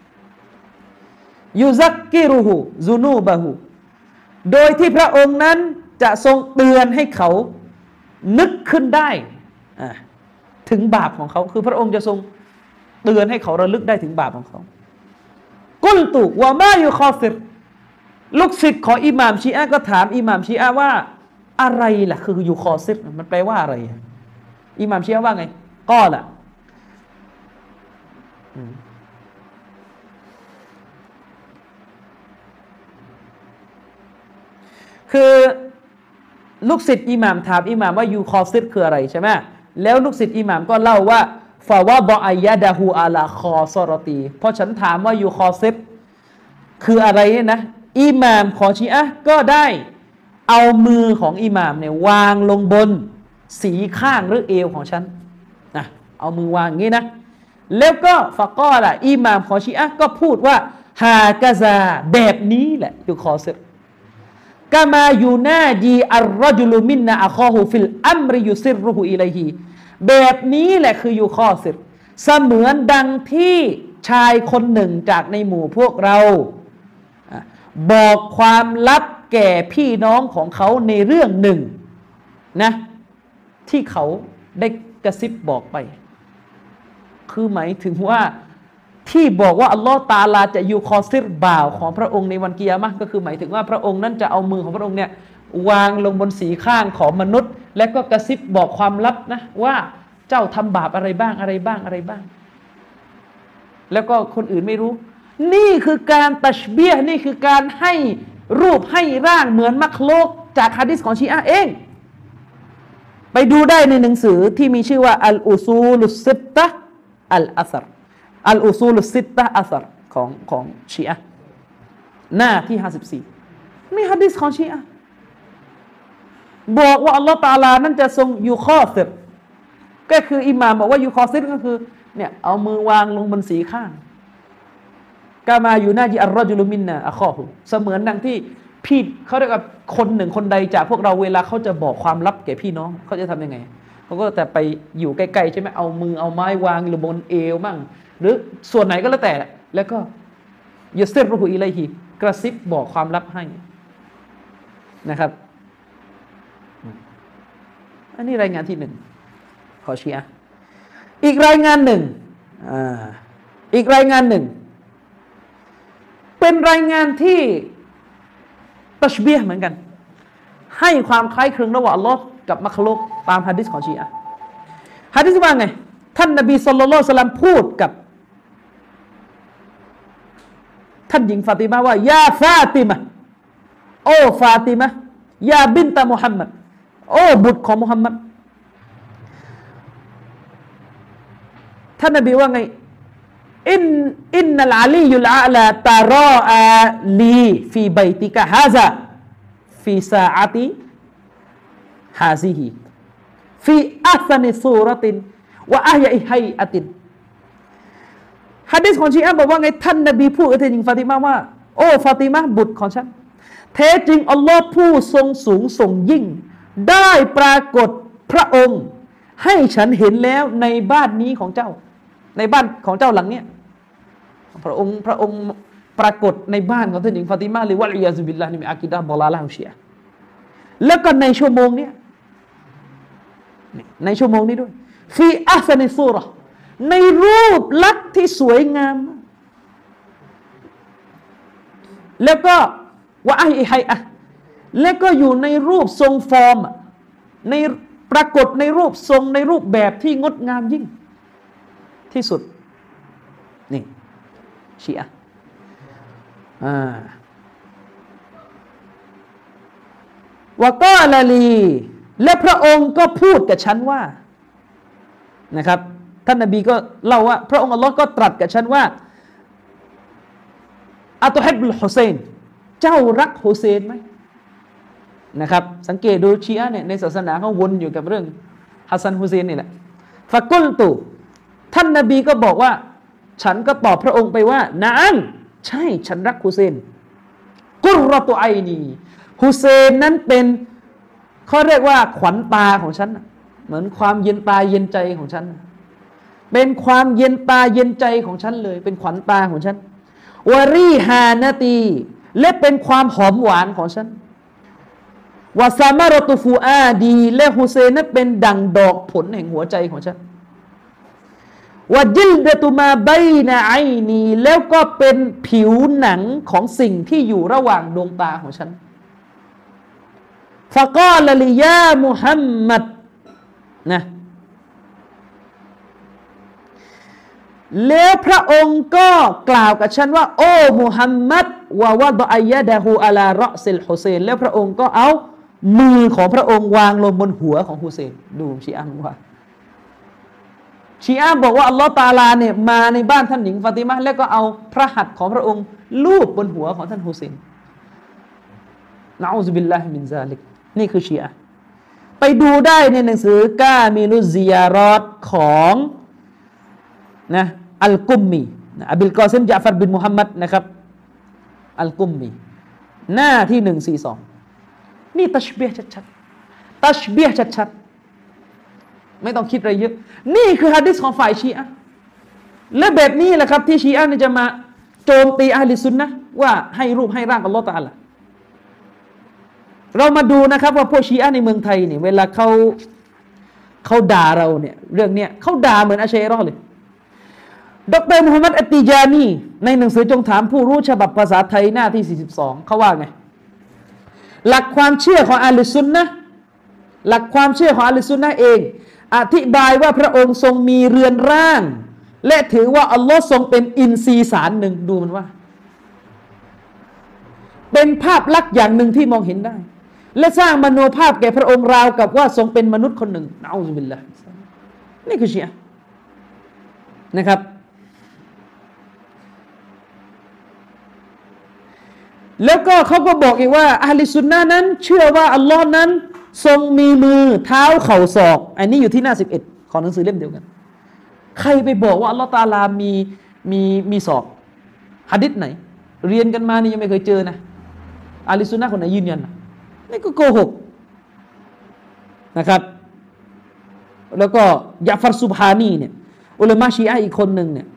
ยุซักกิรุฮูซุนูบะฮูโดยที่พระองค์นั้นจะทรงเตือนให้เขานึกขึ้นได้ถึงบาปของเขาคือพระองค์จะทรงเตือนให้เขาระลึกได้ถึงบาปของเขากุลตุวะมายุคอซิรลูกศิษย์ของอิหม่ามชีอะห์ก็ถามอิหม่ามชีอะห์ว่าอะไรล่ะคือยุคอซิรมันแปลว่าอะไรอิหม่ามชีอะห์ว่าไงก็ล่ะคือลูกศิษย์อิหม่ามถามอิหม่ามว่ายูคอซิรคืออะไรใช่ไหมแล้วลูกศิษย์อิหม่ามก็เล่าว่าฟาวะบออายะดะฮูอาลาคอซอรตีเพราะฉันถามว่ายูคอซิรคืออะไรเนี่ยนะอิหม่ามของชีอะห์ก็ได้เอามือของอิหม่ามเนี่ยวางลงบนสีข้างหรือเอวของฉันนะเอามือวางงี้นะแล้วก็ฟะกอละอิหม่ามของชีอะห์ก็พูดว่าฮากะซาแบบนี้แหละยูคอซิรกามายูนาจีอัลรจุลุมินนาอะคอฮูฟิลอัมริยุซิรรุฮูอิลัยฮีแบบนี้แหละคือยูคอซิรเสมือนดังที่ชายคนหนึ่งจากในหมู่พวกเราบอกความลับแก่พี่น้องของเขาในเรื่องหนึ่งนะที่เขาได้กระซิบบอกไปคือหมายถึงว่าที่บอกว่าอัลลอฮฺตะอาลาจะยูคอซิรบ่าวของพระองค์ในวันกิยามะฮ์ก็คือหมายถึงว่าพระองค์นั้นจะเอามือของพระองค์เนี่ยวางลงบนสีข้างของมนุษย์และก็กระซิบบอกความลับนะว่าเจ้าทำบาปอะไรบ้างอะไรบ้างอะไรบ้างแล้วก็คนอื่นไม่รู้นี่คือการตัชบีฮ์นี่คือการให้รูปให้ร่างเหมือนมักลุกจากหะดีษของชีอะห์เองไปดูได้ในหนังสือที่มีชื่อว่าอัลอุซูลุสซิตตะห์อัลอัศรอัลอุซูลุสซิตตะห์อัศรของของชีอะห์หน้าที่ห้าสิบสี่มีหะดีษของชีอะห์บอกว่าอัลลอฮฺตะอาลานั้นจะทรงยูคอซิรก็คืออิหม่ามบอกว่ายูคอซิรก็คือเนี่ยเอามือวางลงบนสีข้างกามาอยู่หน้าจีอัลรอจุลุมินนาอะคอฮูเสมือนดังที่พี่เขาเรียกว่าคนหนึ่งคนใดจากพวกเราเวลาเขาจะบอกความลับแก่พี่น้องเขาจะทำยังไงเขาก็แต่ไปอยู่ใกล้ๆใช่ไหมเอามือเอาไม้วางอยู่บนเอวมั่งหรือส่วนไหนก็แล้วแต่แล้วก็ยุซิรรุฮูอิลัยฮิกระซิบบอกความลับให้นะครับอันนี้รายงานที่หนึ่งขอชีอะห์อีกรายงานหนึ่งอ่าอีกรายงานหนึ่งเป็นรายงานที่ตัชบีฮ์เหมือนกันให้ความคล้ายคลึงระหว่างอัลลอฮ์กับมักลุกตามหะดีษของชีอะห์หะดีษว่าไงท่านนบีศ็อลลัลลอฮุอะลัยฮิวะซัลลัมพูดกับท่านหญิงฟาติมาว่ายาฟาติมะโอ้ฟาติมะยาบินตะมุฮัมมัดโอ้บุตรของมุฮัมมัดท่านนบีว่าไงอินอินนัลอาลียุลอาลาตารออาลีฟีบัยติกะฮาซาฟีซาอะติฮาซิฮีฟีอัสนิซูรตินวะอะยะอิฮัยอะตินหะดีษของชีอะห์บอกว่าไงท่านนบีพูดกับท่านหญิงฟาติมาว่าโอ้ฟาติมาบุตรของฉันแท้จริงอัลลอฮ์ผู้ทรงสูงส่งยิ่งได้ปรากฏพระองค์ให้ฉันเห็นแล้วในบ้านนี้ของเจ้าในบ้านของเจ้าหลังเนี้ยพระองค์พระองค์ปรากฏในบ้านของท่านหญิงฟาติมาเลยวะลียาซุบิลลาฮ์นี่มีอากีดะห์บอลาละฮ์ชีอะห์แล้วก็ในชั่วโมงเนี้ยในชั่วโมงนี้ด้วยฟีอัสนิซูเราะห์ในรูปลักษณ์ที่สวยงามแล้วก็วะอะอิฮัยอะแล้วก็อยู่ในรูปทรงฟอร์มในปรากฏในรูปทรงในรูปแบบที่งดงามยิ่งที่สุดนี่ชีอะห์อ่าวะกอละลีและพระองค์ก็พูดกับฉันว่านะครับท่านนบีก็เล่าว่าพระองค์อัลลอฮ์ก็ตรัสกับฉันว่าอะตุฮิบบุลฮุเซนเจ้ารักฮุเซนไหมนะครับสังเกตดูชีอะห์เนี่ยในศาสนาเขาวนอยู่กับเรื่องฮัสซันฮุเซนนี่แหละฟะกุลตุท่านนบีก็บอกว่าฉันก็ตอบพระองค์ไปว่านะอันใช่ฉันรักฮุเซนกุรเราะตุไอนีฮุเซนนั้นเป็นเขาเรียกว่าขวัญตาของฉันเหมือนความเย็นตาเย็นใจของฉันเป็นความเย็นตาเย็นใจของฉันเลยเป็นขวัญตาของฉันวะรีฮานะตีและเป็นความหอมหวานของฉันวะซามารตุฟูอาดีและฮุเซนนั้นเป็นดั่งดอกผลแห่งหัวใจของฉันวะจิลดะตุมาบัยนะไอนีแล้วก็เป็นผิวหนังของสิ่งที่อยู่ระหว่างดวงตาของฉันฟะกอลลิยามุฮัมมัดนะแล้วพระองค์ก็กล่าวกับฉันว่าโอ้มุฮัมมัดวะวะดะยะดะฮูอะลารอซิลฮุเซนแล้วพระองค์ก็เอามือของพระองค์วางลงบนหัวของฮุเซนดูชีอะห์ว่าชีอะห์บอกว่าอัลลอฮฺตะอาลาเนี่ยมาในบ้านท่านหญิงฟาติมาแล้วก็เอาพระหัตถ์ของพระองค์ลูบบนหัวของท่านฮุเซนนะอูซุบิลลาฮิมินซาลิกนี่คือชีอะห์ไปดูได้ในหนังสือกามิลุซิยารอตของนะอัลกุมมีอับดุลกอซิมญะฟัรบินมุฮัมมัดนะครับอัลกุมมีหน้าที่หนึ่งสี่สองนี่ตัชบีฮ์ชัดๆตัชบีฮ์ชัดๆไม่ต้องคิดอะไรเยอะนี่คือหะดีษของฝ่ายชีอะห์และแบบนี้แหละครับที่ชีอะห์เนี่ยจะมาโจมตีอะห์ลิซุนนะห์ว่าให้รูปให้ร่างอัลเลาะห์ตะอาลาเรามาดูนะครับว่าพวกชีอะห์ในเมืองไทยเนี่ยเวลาเขาเขาด่าเราเนี่ยเรื่องเนี้ยเขาด่าเหมือนอัชอะรีเลยดรมุฮัมมัดอัตติจานีในหนังสือจงถามผู้รู้ฉบับภาษาไทยหน้าที่สี่สิบสองเขาว่าไงหลักความเชื่อของอะห์ลุสซุนนะห์หลักความเชื่อของอะห์ลุสซุนนะห์เองอธิบายว่าพระองค์ทรงมีเรือนร่างและถือว่าอัลลอฮ์ทรงเป็นอินทรีย์สารหนึ่งดูมันว่าเป็นภาพลักษณ์อย่างหนึ่งที่มองเห็นได้และสร้างมโนภาพแก่พระองค์ราวกับว่าทรงเป็นมนุษย์คนหนึ่งนะอูซุบิลลาฮินี่คือชีอะห์นะครับแล้วก็เขาก็บอกอีกว่าอะห์ลิซุนนะห์นั้นเชื่อว่าอัลลอฮ์นั้นทรงมีมือเท้าเข่าศอกอันนี้อยู่ที่หน้าสิบเอ็ดของหนังสือเล่มเดียวกันใครไปบอกว่าอัลลอฮ์ตะอาลามีมีมีศอกหะดีษไหนเรียนกันมานี่ยังไม่เคยเจอนะอะห์ลิซุนนะห์คนไหนยืนยันนี่ก็โกหกนะครับแล้วก็ยะฟัรซุบฮานีเนี่ยอุลามะชีอะห์อีกคนหนึ่งเนี่ย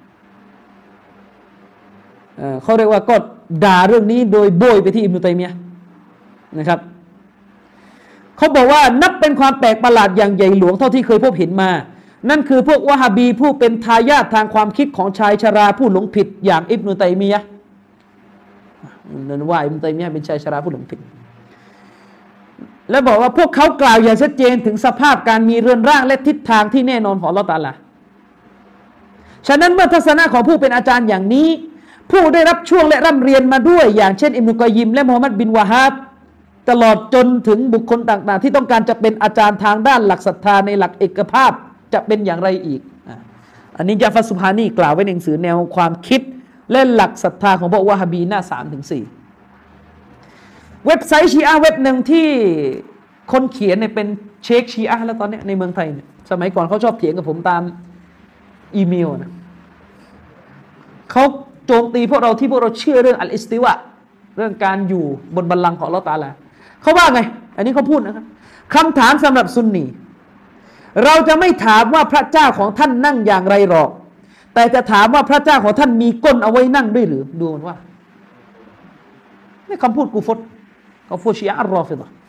เอ่อเขาเรียกว่าก็ด่าเรื่องนี้โดยโบยไปที่อิบนุตัยมียะห์นะครับเขาบอกว่านับเป็นความแปลกประหลาดอย่างใหญ่หลวงเท่าที่เคยพบเห็นมานั่นคือพวกวะฮาบีผู้เป็นทายาททางความคิดของชายชราผู้หลงผิดอย่างอิบนุตัยมียะห์นั่นว่าอิบนุตัยมียะห์เป็นชายชราผู้หลงผิดและบอกว่าพวกเขากล่าวอย่างชัดเจนถึงสภาพการมีเรือนร่างและทิศทางที่แน่นอนของอัลเลาะห์ตะอาลาฉะนั้นเมื่อทัศนะของผู้เป็นอาจารย์อย่างนี้ผู้ได้รับช่วงและร่ำเรียนมาด้วยอย่างเช่นอิบนุกอยยิมและมูฮัมหมัดบินวะฮับตลอดจนถึงบุคคลต่างๆที่ต้องการจะเป็นอาจารย์ทางด้านหลักศรัทธาในหลักเอกภาพจะเป็นอย่างไรอีกอันนี้ยาฟัสซุบฮานีกล่าวไว้ในหนังสือแนวความคิดและหลักศรัทธาของพวกวะฮาบีหน้า สามถึงสี่ เว็บไซต์ชีอะห์เว็บหนึ่งที่คนเขียนเนี่ยเป็นเชคชีอะห์แล้วตอนนี้ในเมืองไทยเนี่ยสมัยก่อนเขาชอบเถียงกับผมตามอีเมลนะเขาโจมตีพวกเราที่พวกเราเชื่อเรื่องอัลอิสติวะเรื่องการอยู่บนบัลลังก์ของอัลเลาะห์ตะอาลาเขาว่าไงอันนี้เขาพูดนะครับคำถามสำหรับซุนนีเราจะไม่ถามว่าพระเจ้าของท่านนั่งอย่างไรหรอกแต่จะถามว่าพระเจ้าของท่านมีก้นเอาไว้นั่งด้วยหรือดูมันว่านี่คำพูดกูฟดเขาพูดชีอะห์อัลรอฟิฎะห์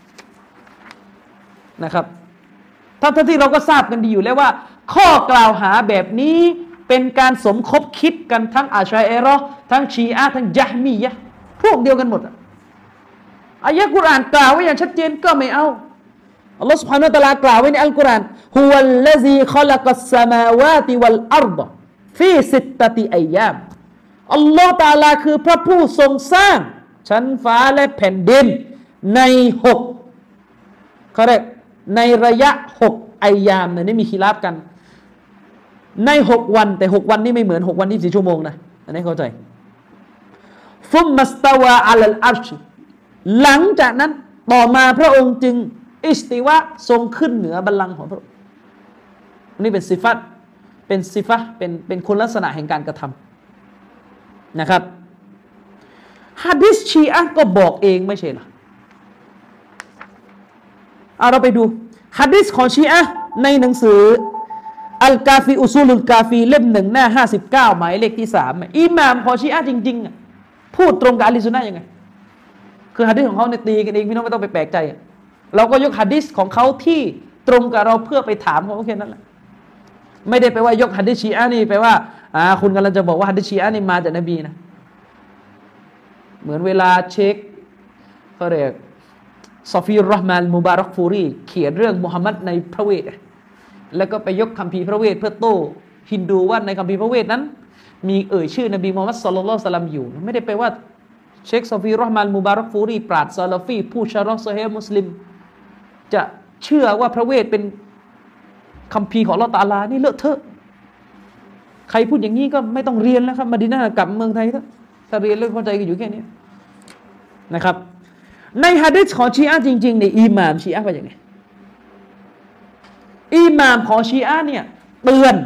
นะครับทั้งที่เราก็ทราบกันดีอยู่แล้วว่าข้อกล่าวหาแบบนี้เป็นการสมคบคิดกันทั้งอาชัยเอรอทั้งชีอะห์ทั้งญะฮ์มียะห์พวกเดียวกันหมดอายะห์กุรอานกล่าวไว้อย่างชัดเจนก็ไม่เอาอัลลอฮฺ سبحانه และ تعالى กล่าวไว้ในอัลกุรอานฮุวัลลซีคอลักัสสมาวาติวัลอัรฎะฟีสิตตะติอัยยามอัลลอฮฺตะอาลาคือพระผู้ทรงสร้างชั้นฟ้าและแผ่นดินในหกเขาเรียกในระยะหกอัยยามเนี่ยนี่มีขีลาฟกันในหกวันแต่หกวันนี่ไม่เหมือนหกวันยี่สิบสี่ชั่วโมงนะอันนี้เข้าใจฟุมมัสตาวาอัลลอัรชหลังจากนั้นต่อมาพระองค์จึงอิสติวะทรงขึ้นเหนือบัลลังก์ของพระองค์นี่เป็นซิฟัตเป็นซิฟะเป็นเป็นคุณลักษณะแห่งการกระทำนะครับหะดีษชีอะห์ก็บอกเองไม่ใช่หรอเอาเราไปดูหะดีษของชีอะห์ในหนังสืออัลกาฟีอุซูลุลกาฟีเล่มหนึ่งหน้าห้าสิบเก้าหมายเลขที่สามอิหม่ามของชีอะห์จริงๆพูดตรงกับอะห์ลุซุนนะห์ยังไงคือหะดีษของเขาเนี่ยตีกันเองพี่น้องไม่ต้องไปแปลกใจเราก็ยกหะดีษของเขาที่ตรงกับเราเพื่อไปถามเขาแค่นั้นแหละไม่ได้ไปว่ายกหะดีษชีอะห์นี่ไปว่าอ่าคุณกำลังจะบอกว่าหะดีษชีอะห์นี่มาจากนบีนะเหมือนเวลาเช็คเขาเรียกซอฟีรุรเราะห์มานมุบารักฟูรีเขียนเรื่องมุฮัมมัดในพระเวทแล้วก็ไปยกคัมภีร์พระเวทเพื่อโต้ฮินดูว่าในคัมภีร์พระเวทนั้นมีเอ่ยชื่อนบีมุฮัมมัดศ็อลลัลลอฮุอะลัยฮิวะซัลลัมอยู่ไม่ได้ไปว่าเชคซอฟีรุรเราะห์มานมุบารักฟูรีปราชญ์ซาลาฟีผู้ชะเราะห์ซอฮีฮ์มุสลิมจะเชื่อว่าพระเวทเป็นคัมภีร์ของอัลเลาะห์ตะอาลานี่เลอะเทอะใครพูดอย่างนี้ก็ไม่ต้องเรียนแล้วครับมะดีนะห์กลับเมืองไทยถ้าเรียนเรื่องเข้าใจกันอยู่แค่นี้นะครับในหะดีษของชีอะห์จริงๆในอิหม่ามชีอะห์ว่าอย่างไงอิหม่ามของชีอะห์เนี่ยเตือน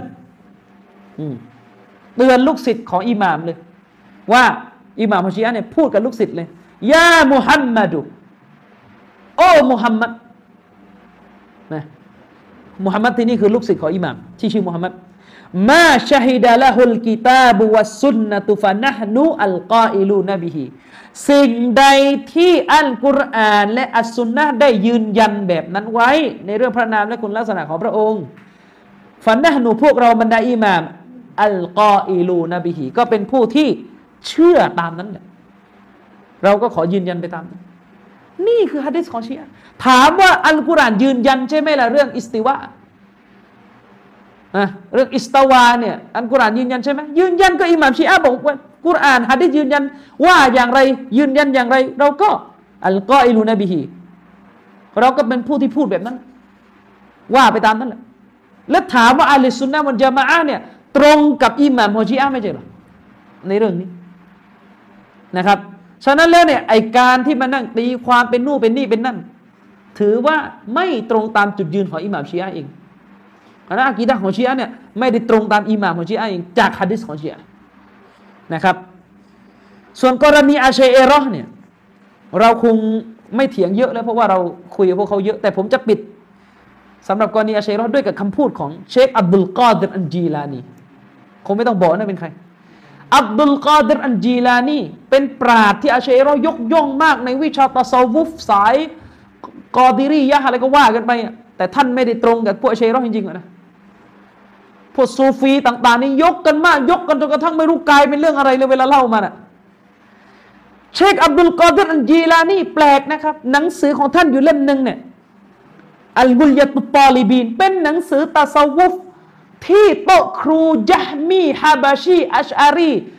เตือนลูกศิษย์ของอิหม่ามเลยว่าอิหม่ามของชีอะห์เนี่ยพูดกับลูกศิษย์เลยยามุฮัมมัดโอ้มุฮัมมัดนะมุฮัมมัดที่นี่คือลูกศิษย์ของอิหม่ามที่ชื่อมุฮัมมัดมาชะฮิดะละฮุลกิตาบวัสซุนนะตุฟะนะห์นูอัลกออิลูนะบิฮิสิ่งใดที่อัลกุรอานและอัสซุนนะห์ได้ยืนยันแบบนั้นไว้ในเรื่องพระนามและคุณลักษณะของพระองค์ฟะนะห์นูพวกเราบรรดาอิหม่ามอัลกออิลูนะบิฮิก็เป็นผู้ที่เชื่อตามนั้นแหละเราก็ขอยืนยันไปตามนั้นนี่คือหะดีษของชีอะห์ถามว่าอัลกุรอานยืนยันใช่ไหมล่ะเรื่องอิสติวะนะเรื่องอิสตาวาเนี่ยอัลกุรอานยืนยันใช่ไหมยืนยันก็อิหม่ามชีอะห์บอกว่ากุรอานหะดีษยืนยันว่าอย่างไรยืนยันอย่างไรเราก็อัลกออิลูนะบิฮิเราก็เป็นผู้ที่พูดแบบนั้นว่าไปตามนั้นแหละแล้วถามว่าอะห์ลุสซุนนะฮ์วัลญะมาอะห์เนี่ยตรงกับอิหม่ามของชีอะห์ไม่ใช่หรอในเรื่องนี้นะครับฉะนั้นแล้วเนี่ยไอการที่มานั่งตีความเป็นนู่นเป็นนี่เป็นนั่นถือว่าไม่ตรงตามจุดยืนของอิหม่ามชีอะห์เองเพราะนั้นอะกีดะห์ของชีอะห์เนี่ยไม่ได้ตรงตามอิหม่ามของชีอะห์เองจากหะดีษของชีอะห์นะครับส่วนกรณีอาชัยเอเราะห์เนี่ยเราคงไม่เถียงเยอะแล้วเพราะว่าเราคุยกับพวกเขาเยอะแต่ผมจะปิดสำหรับกรณีอาชัยเอเราะห์ด้วยกับคำพูดของเชคอับดุลกอดิรอันจีลานีคงไม่ต้องบอกนะเป็นใครอับดุลกอดิรอันจีลานีเป็นปราชญ์ที่อาชัยเอเราะห์ยกย่องมากในวิชาตะซอวุฟสายกอดิรียะห์อะไรก็ว่ากันไปแต่ท่านไม่ได้ตรงกับพวกอาชัยเอเราะห์จริงๆนะพวกซูฟีต่างๆนี่ยกกันมากยกกันจนกระทั่งไม่รู้กลายเป็นเรื่องอะไรเลยเวลาเล่ามาน่ะเชคอับดุลกอดิรอันจีลานีแปลกนะครับหนังสือของท่านอยู่เล่มหนึ่งเนี่ยอัลกุลยะตุตตอลิบีนเป็นหนังสือตะซอวุฟที่โต๊ะครูยะฮ์มีฮะบาชีอัชอารี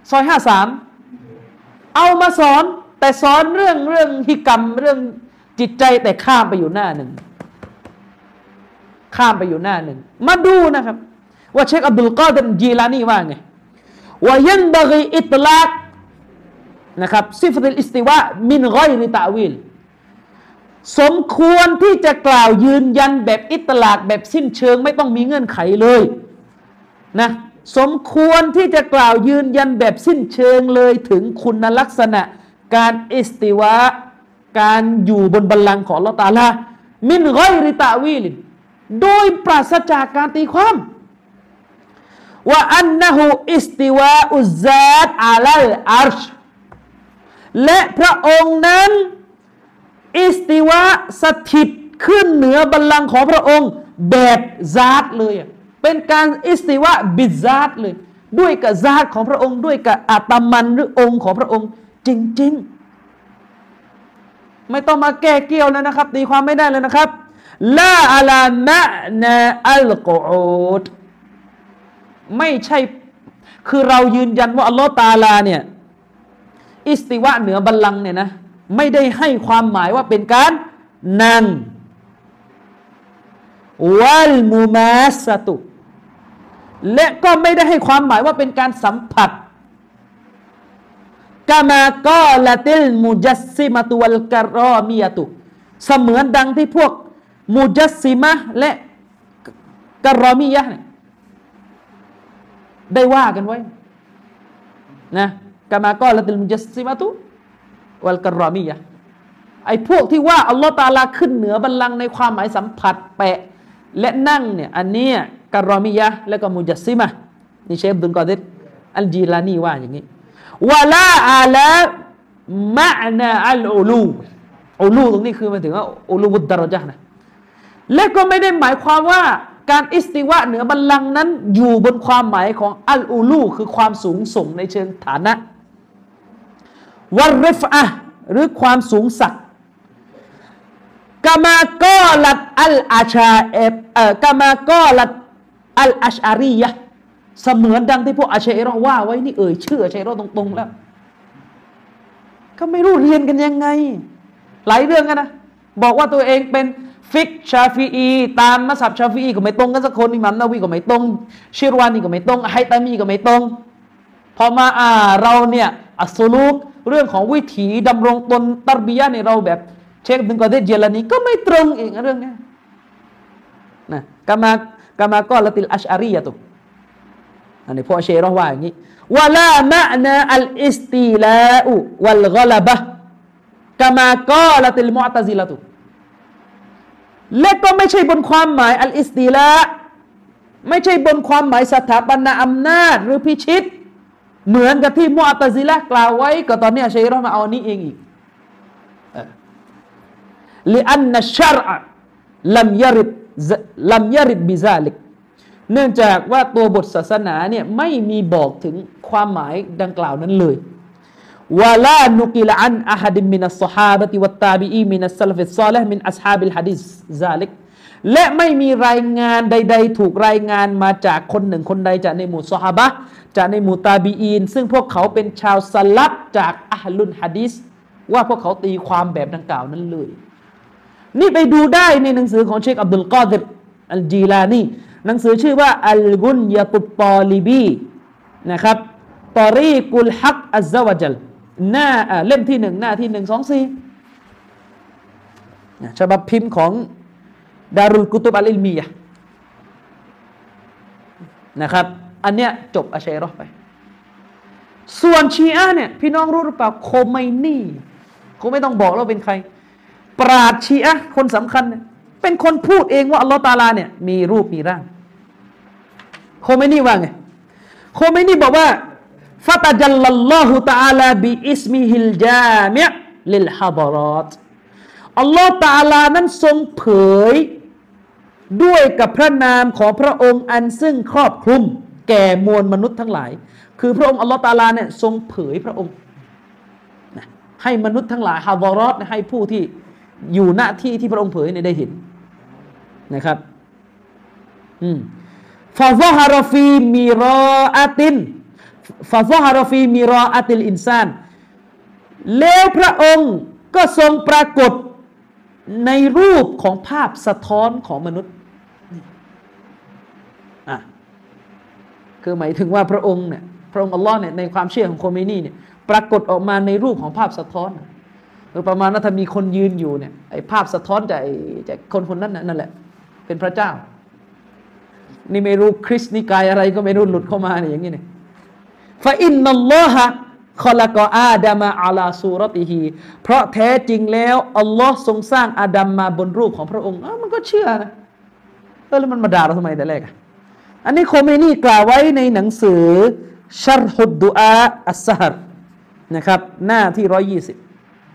ซอยห้าสามเอามาสอนแต่สอนเรื่องเรื่องฮิกรรมเรื่องจิตใจแต่ข้ามไปอยู่หน้าหนึ่งข้ามไปอยู่หน้าหนึ่งมาดูนะครับว่าเชคอับดุลกอดิรจีลานีว่าไงว่ายันบะกีอิตลากนะครับซิฟตุลอิสติวะมินฆอยริตะวีลสมควรที่จะกล่าวยืนยันแบบอิตลากแบบสิ้นเชิงไม่ต้องมีเงื่อนไขเลยนะสมควรที่จะกล่าวยืนยันแบบสิ้นเชิงเลยถึงคุณลักษณะการอิสติวะการอยู่บนบัลลังก์ของอัลเลาะห์ตะอาลามินฆอยริตะวีลโดยปราศจากการตีความว่าอันนะฮูอิสติวาอุซาตอาลัลอัรชและพระองค์นั้นอิสติวะสถิตขึ้นเหนือบัลลังก์ของพระองค์แบบซาตเลยเป็นการอิสติวะบิซาตเลยด้วยกับซาตของพระองค์ด้วยกับอาตมันหรือองค์ของพระองค์จริงๆไม่ต้องมาแก้เกี่ยวแล้วนะครับตีความไม่ได้เลยนะครับลาอะลามะนาอัลกุอูดไม่ใช่คือเรายืนยันว่าอัลลอฮฺตะอาลาเนี่ยอิสติวะเหนือบัลลังก์เนี่ยนะไม่ได้ให้ความหมายว่าเป็นการนั่งวัลมุมาสตุและก็ไม่ได้ให้ความหมายว่าเป็นการสัมผัสกามากอละติลมุจัสซิมะตุวัลกะรอมียะตุเสมือนดังที่พวกมุจัสซิมะและกะรอมียะเนี่ยได้ว่ากันไว้นะกามากอละติลมุจัสซิมะตุวัลกะรอมียะไอ้พวกที่ว่าอัลลอฮฺตะอาลาขึ้นเหนือบัลลังก์ในความหมายสัมผัสแปะและนั่งเนี่ยอันนี้กะรอมียะและก็มุจัสซิมะนี่เชคอับดุลกอดิรอัลจีลานีว่าอย่างนี้วะลาอาลามะนาอัลอูลูอูลูตรงนี้คือหมายถึงว่าอูลูวุดดารอญะห์นะและก็ไม่ได้หมายความว่าการอิสติวะเหนือบัลลังก์นั้นอยู่บนความหมายของอัลอูลูคือความสูงส่งในเชิงฐานะวัรริฟอะห์หรือความสูงสักกามากอลัดอัลอาชาเอเอ่อกามากอลัดอัลอัชอารียะเสมือนดังที่พวกอาชัยเราะห์ว่าไว้นี่เอ่ยชื่ออาชัยเราะห์ตรงๆแล้วก็ไม่รู้เรียนกันยังไงหลายเรื่องกันนะบอกว่าตัวเองเป็นฟิกชาฟีอีตามมัซฮับชาฟีอีก็ไม่ตรงกันสักคนอิหม่ามนาวีก็ไม่ตรงชิรวานีก็ไม่ตรงไฮตามีก็ไม่ตรงพอมาอ่าเราเนี่ยอัสซุลูกเรื่องของวิถีดำรงตนตัรบียะห์ในเราแบบเชคบินกอเดรเจลานีก็ไม่ตรงอีกเรื่องนี้นะกามากามากอละติลอัชอารียะตุอันนี้พวกเชรอว่าอย่างนี้วะลามะนาอัลอิสติลาอุวัลฆอละบะกามากอละติลมุอ์ตะซิละตุและก็ไม่ใช่บนความหมายอัลอิสติลาไม่ใช่บนความหมายสถาปนาอำนาจหรือพิชิตเหมือนกับที่มุอ์ตะซิละห์กล่าวไว้ก็ตอนนี้ชัยรอห์มาเอาอันนี้เองอีกลิอันนัชชัรอะลัมยะริดลัมยะริดบิซาลิกเนื่องจากว่าตัวบทศาสนาเนี่ยไม่มีบอกถึงความหมายดังกล่าวนั้นเลยวะลานุกิลอันอะฮัดมินัสซอฮาบะติวัตตาบีอีมินัสซะลฟิศศอลิฮ์มินอัศฮาบิลหะดีษซาลิกและไม่มีรายงานใดๆถูกรายงานมาจากคนหนึ่งคนใดจากในหมู่ซอฮาบะห์จากในหมู่ตาบีอีนซึ่งพวกเขาเป็นชาวสลับจากอะห์ลุลหะดีษว่าพวกเขาตีความแบบดังกล่าวนั้นเลยนี่ไปดูได้ในหนังสือของเชคอับดุลกอดิรอัลจีลานีหนังสือชื่อว่าอัลกุนยะตุตตอลิบีนะครับตอรีกุลฮักอัซซะวะจัลหน้าเล่มที่หนึ่งหน้าที่หนึ่งสองสี่ฉบับพิมพ์ของดารุลกุตุบอัลอิลมียะห์นะครับอันเนี้ยจบอัชัยรอห์ไปส่วนชีอะห์เนี่ยพี่น้องรู้หรือเปล่าโคไมนีคงไม่ต้องบอกแล้วเป็นใครปราชญ์ชีอะห์คนสำคัญเนี่ยเป็นคนพูดเองว่าอัลลอฮฺตะอาลาเนี่ยมีรูปมีร่างโคไมนีว่าไงโคไมนีบอกว่าฟะตะจัลลัลลอฮุตะอาลาบิอิสมิฮิลญามิอ์ลิลฮะฎารอตอัลลอฮฺตะอาลานั้นทรงเผยด้วยกับพระนามของพระองค์อันซึ่งครอบคลุมแก่มวลมนุษย์ทั้งหลายคือพระองค์อัลลอฮฺตะอาลาเนี่ยทรงเผยพระองค์ให้มนุษย์ทั้งหลายฮะฎารอตให้ผู้ที่อยู่ณที่ที่พระองค์เผยเนี่ยได้เห็นนะครับอืมฟาซะฮะรฟีมิรออะตินฟาซฮารฟีมิรออัติลอินซานแล้วพระองค์ก็ทรงปรากฏในรูปของภาพสะท้อนของมนุษย์อ่ะคือหมายถึงว่าพระองค์เนี่ยพระองค์อัลลอฮ์เนี่ยในความเชื่อของโคเมนีเนี่ยปรากฏออกมาในรูปของภาพสะท้อนคือประมาณว่าถ้ามีคนยืนอยู่เนี่ยไอ้ภาพสะท้อนจากจากคนคนนั้นนั่นแหละเป็นพระเจ้านี่ไม่รู้คริสต์นิกายอะไรก็ไม่รู้หลุดเข้ามาเนี่ยอย่างนี้เนี่ยฟาอินนัลลอฮะคอละกออาดามะอาลาซูรติฮีเพราะแท้จริงแล้วอัลลอฮ์ทรงสร้างอาดัมมาบนรูปของพระองค์อ้าวมันก็เชื่อนะเออแล้วมันมาด่าเราทำไมแต่แรกอ่ะอันนี้โคเมนีกล่าวไว้ในหนังสือชัรฮุดดุอาอัสซะฮรนะครับหน้าที่หนึ่งร้อยยี่สิบ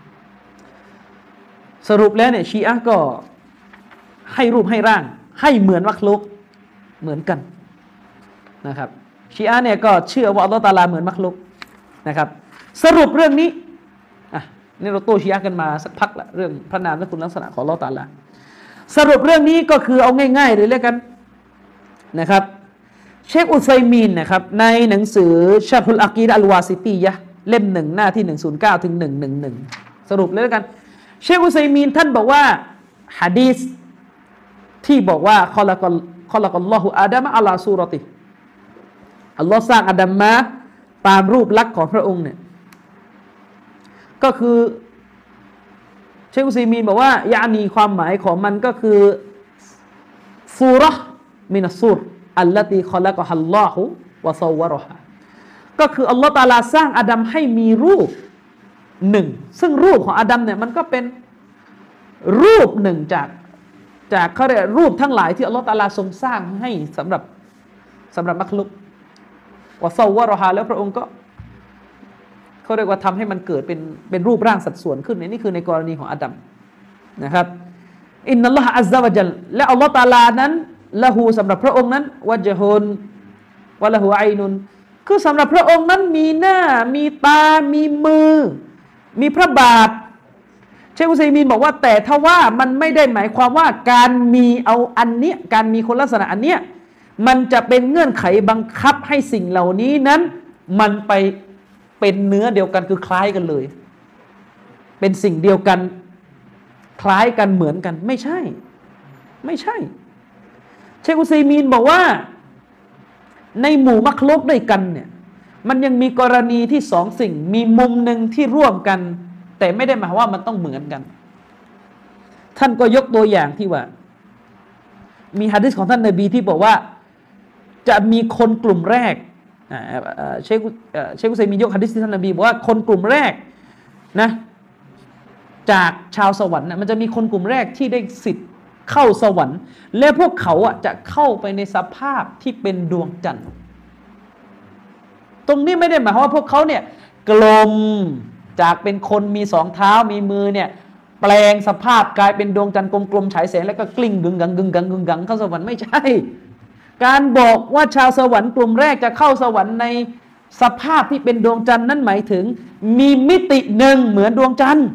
สรุปแล้วเนี่ยชีอะห์ก็ให้รูปให้ร่างให้เหมือนมักลุกเหมือนกันนะครับชีอะห์เนี่ยก็เชื่อว่าอัลเลาะห์ตะอาลาเหมือนมักลุกนะครับสรุปเรื่องนี้อ่ะนี่เราโต้ชีอะห์กันมาสักพักละเรื่องพระนามและคุณลักษณะของอัลเลาะห์ตะอาลาสรุปเรื่องนี้ก็คือเอาง่ายๆเลยแล้วกันนะครับเชคอุซัยมีนนะครับในหนังสือชัรฮุลอะกีดะฮ์อัลวาซิตียะห์เล่มหนึ่งหน้าที่หนึ่งร้อยเก้าถึงหนึ่งร้อยสิบสรุปเลยแล้วกันเชคอุซัยมีนท่านบอกว่าหะดีษที่บอกว่าคอละกอลคอละกัลลอฮุอาดัมอะลาซูรติอัลลอฮ์สร้างอาดัมมาตามรูปลักษณ์ของพระองค์เนี่ยก็คือเชคอุซัยมีนบอกว่ายะนีความหมายของมันก็คือซูเราะห์มินัสซูรอัลลตีคอละกอฮัลลอฮุวะซอวะเราะฮาก็คืออัลลอฮ์ตะอาลาสร้างอาดัมให้มีรูปหนึ่งซึ่งรูปของอาดัมเนี่ยมันก็เป็นรูปหนึ่งจากจากเขาเรียกรูปทั้งหลายที่อัลลอฮ์ตะอาลาทรงสร้างให้สำหรับสำหรับมักลุกวะซอวะเราะฮาแล้วพระองค์ก็เขาเรียกว่าทำให้มันเกิดเป็นเป็นรูปร่างสัดส่วนขึ้นนี่คือในกรณีของอาดัมนะครับอินนัลลอฮะอัซซะวะญัลและอัลลอฮ์ตะอาลานั้นละหูสำหรับพระองค์นั้นวะจฮุนวะละหูไอนุนคือสำหรับพระองค์นั้นมีหน้ามีตามีมือมีพระบาทเชคอุซัยมีนบอกว่าแต่ถ้าว่ามันไม่ได้หมายความว่าการมีเอาอันเนี้ยการมีคนลักษณะอันเนี้ยมันจะเป็นเงื่อนไขบังคับให้สิ่งเหล่านี้นั้นมันไปเป็นเนื้อเดียวกันคือคล้ายกันเลยเป็นสิ่งเดียวกันคล้ายกันเหมือนกันไม่ใช่ไม่ใช่เชคอุซัยมีนบอกว่าในหมู่มักลุกด้วยกันเนี่ยมันยังมีกรณีที่สองสิ่งมีมุมหนึ่งที่ร่วมกันแต่ไม่ได้หมายว่ามันต้องเหมือนกันท่านก็ยกตัวอย่างที่ว่ามีหะดีษของท่านนบีที่บอกว่าจะมีคนกลุ่มแรกเชคเชคอุซัยมีนยกหะดีษที่ท่านนบีบอกว่าคนกลุ่มแรกนะจากชาวสวรรค์นะมันจะมีคนกลุ่มแรกที่ได้สิทธิ์เข้าสวรรค์และพวกเขาอ่ะจะเข้าไปในสภาพที่เป็นดวงจันทร์ตรงนี้ไม่ได้หมายความว่าพวกเขาเนี่ยกลมจากเป็นคนมีสองเท้ามีมือเนี่ยแปลงสภาพกลายเป็นดวงจันทร์กลมๆฉายแสงแล้วก็กลิ้งกึ่งกังกึ่งกังกึ่งกังเข้าสวรรค์ไม่ใช่การบอกว่าชาวสวรรค์กลุ่มแรกจะเข้าสวรรค์ในสภาพที่เป็นดวงจันทร์นั่นหมายถึงมีมิติหนึ่งเหมือนดวงจันทร์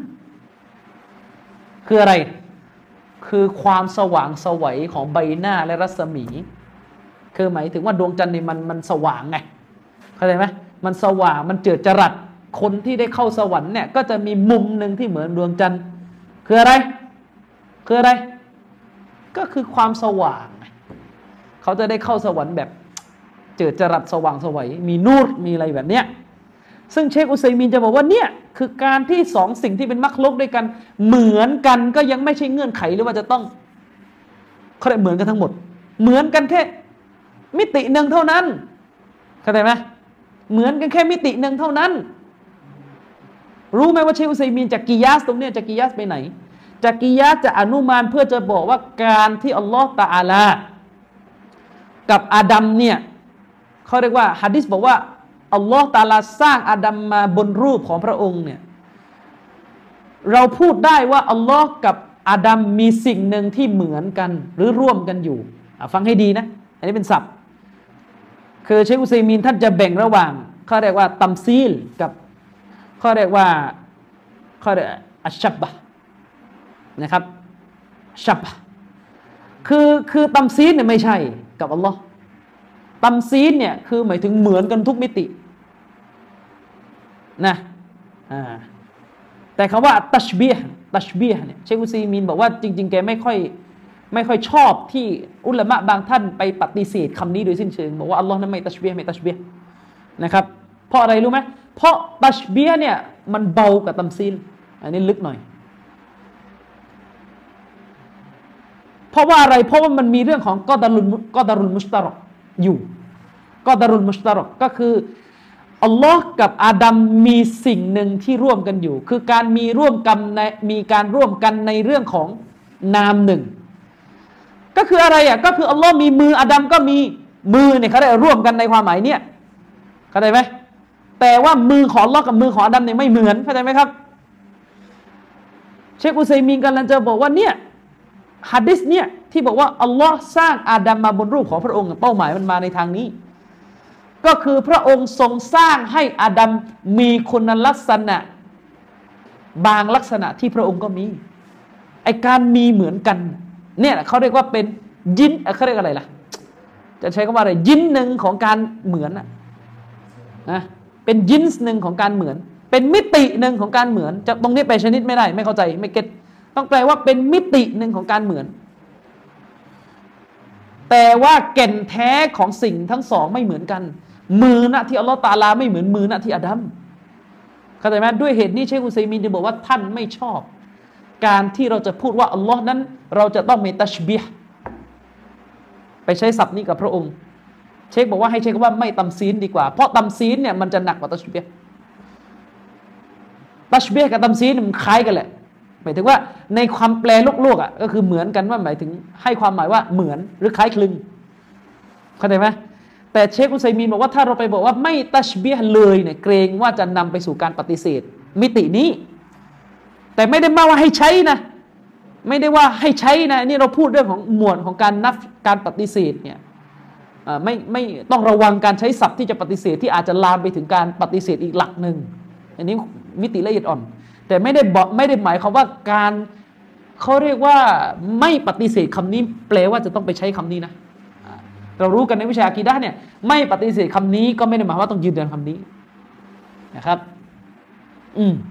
คืออะไรคือความสว่างไสวของใบหน้าและรัศมีคือหมายถึงว่าดวงจันทร์นี่มันมันสว่างไงเข้าใจไหมมันสว่างมันเจิดจรัสคนที่ได้เข้าสวรรค์เนี่ยก็จะมีมุมหนึ่งที่เหมือนดวงจันทร์คืออะไรคืออะไรก็คือความสว่างเขาจะได้เข้าสวรรค์แบบเจิดจรัสสว่างไสวมีนูรมีอะไรแบบเนี้ยซึ่งเชคอุซัยมีนจะบอกว่าเนี่ยคือการที่สองสิ่งที่เป็นมักลุกด้วยกันเหมือนกันก็ยังไม่ใช่เงื่อนไขหรือว่าจะต้องเขาเรียกเหมือนกันทั้งหมดเหมือนกันแค่มิติหนึ่งเท่านั้นเข้าใจไหมเหมือนกันแค่มิติหนึ่งเท่านั้นรู้ไหมว่าเชคอุซัยมีนจากกิยาสตรงเนี้ยจากกิยาสไปไหนจากกิยาสจะอนุมานเพื่อจะบอกว่าการที่อัลลอฮฺตะอาลากับอาดัมเนี่ยเขาเรียกว่าหะดีษบอกว่าอัลลอฮฺตะอาลาสร้างอาดัมมาบนรูปของพระองค์เนี่ยเราพูดได้ว่าอัลลอฮ์กับอาดัมมีสิ่งหนึ่งที่เหมือนกันหรือร่วมกันอยู่ฟังให้ดีนะอันนี้เป็นศัพท์คือเชคอุซัยมีนท่านจะแบ่งระหว่างเขาเรียกว่าตัมซีลกับเขาเรียกว่าเขาเรียกอัชชับบะนะครับชับบะคือคือตัมซีลเนี่ยไม่ใช่กับอัลลอฮ์ตัมซีลเนี่ยคือหมายถึงเหมือนกันทุกมิตินะอ่าแต่คำว่าตัชบีห์ตัชบีห์เนี่ยเชคอุซัยมีนบอกว่าจริงๆแกไม่ค่อยไม่ค่อยชอบที่อุลามะบางท่านไปปฏิเสธคำนี้โดยสิ้นเชิงบอกว่าอัลลอฮ์นั้นไม่ตัชบีห์ไม่ตัชบีห์นะครับเพราะอะไรรู้ไหมเพราะตัชบีห์เนี่ยมันเบากว่าตัมซีลอันนี้ลึกหน่อยเพราะว่าอะไรเพราะว่ามันมีเรื่องของกอดารุลกอดารุลมุชตารอกอยู่กอดารุลมุชตารอกก็คืออัลลอฮ์กับอาดัมมีสิ่งหนึ่งที่ร่วมกันอยู่คือการมีร่วมกันในมีการร่วมกันในเรื่องของนามหนึ่งก็คืออะไรอ่ะก็คืออัลลอฮ์มีมืออาดัมก็มีมือเนี่ยเขาได้ร่วมกันในความหมายเนี่ยเข้าใจไหมแต่ว่ามือของอัลลอฮ์กับมือของอาดัมเนี่ยไม่เหมือนเข้าใจไหมครับเชคอุซัยมีนกำลังจะบอกว่าเนี่ยหะดีษเนี่ยที่บอกว่าอัลลอฮ์สร้างอาดัมมาบนรูปของพระองค์เป้าหมายมันมาในทางนี้ก็คือพระองค์ทรงสร้างให้อาดัมมีคุณลักษณะบางลักษณะที่พระองค์ก็มีไอการมีเหมือนกันเนี่ยเขาเรียกว่าเป็นยินเขาเรียกอะไรล่ะจะใช้คำว่าอะไรยินหนึ่งของการเหมือนนะนะเป็นยินหนึ่งของการเหมือนเป็นมิติหนึ่งของการเหมือนจะตรงนี้ไปชนิดไม่ได้ไม่เข้าใจไม่เก็ตต้องแปลว่าเป็นมิติหนึ่งของการเหมือนแต่ว่าแก่นแท้ของสิ่งทั้งสองไม่เหมือนกันมือนะที่อัลลอฮฺตะอาลาไม่เหมือนมือนะที่อาดัมเข้าใจไหมด้วยเหตุนี้เชคอุซัยมีนจะบอกว่าท่านไม่ชอบการที่เราจะพูดว่าอัลลอฮ์นั้นเราจะต้องมีตัชบีห์ไปใช้ศัพท์นี้กับพระองค์เชคบอกว่าให้ใช้คำว่าไม่ตัมซีนดีกว่าเพราะตัมซีนเนี่ยมันจะหนักกว่าตัชบีห์ตัชบีห์กับตัมซีนมันคล้ายกันแหละหมายถึงว่าในความแปลโลกๆอ่ะก็คือเหมือนกันว่าหมายถึงให้ความหมายว่าเหมือนหรือคล้ายคลึงเข้าใจไหมแต่เชคอุซัยมีนบอกว่าถ้าเราไปบอกว่าไม่ตัชบีห์เลยเนี่ยเกรงว่าจะนำไปสู่การปฏิเสธมิตินี้แต่ไม่ได้มาว่าให้ใช้นะไม่ได้ว่าให้ใช้นะนี่เราพูดเรื่องของหมวดของการนับการปฏิเสธเนี่ยไม่ไม่ต้องระวังการใช้ศัพท์ที่จะปฏิเสธที่อาจจะลามไปถึงการปฏิเสธอีกหลักหนึ่งอันนี้มิติละเอียดอ่อนแต่ไม่ได้บอกไม่ได้หมายความว่าการเขาเรียกว่าไม่ปฏิเสธคำนี้แปลว่าจะต้องไปใช้คำนี้นะเรารู้กันในวิชาอะกีดะห์เนี่ยไม่ปฏิเสธคำนี้ก็ไม่ได้หมายว่าต้องยืนยันคำนี้นะครับอืม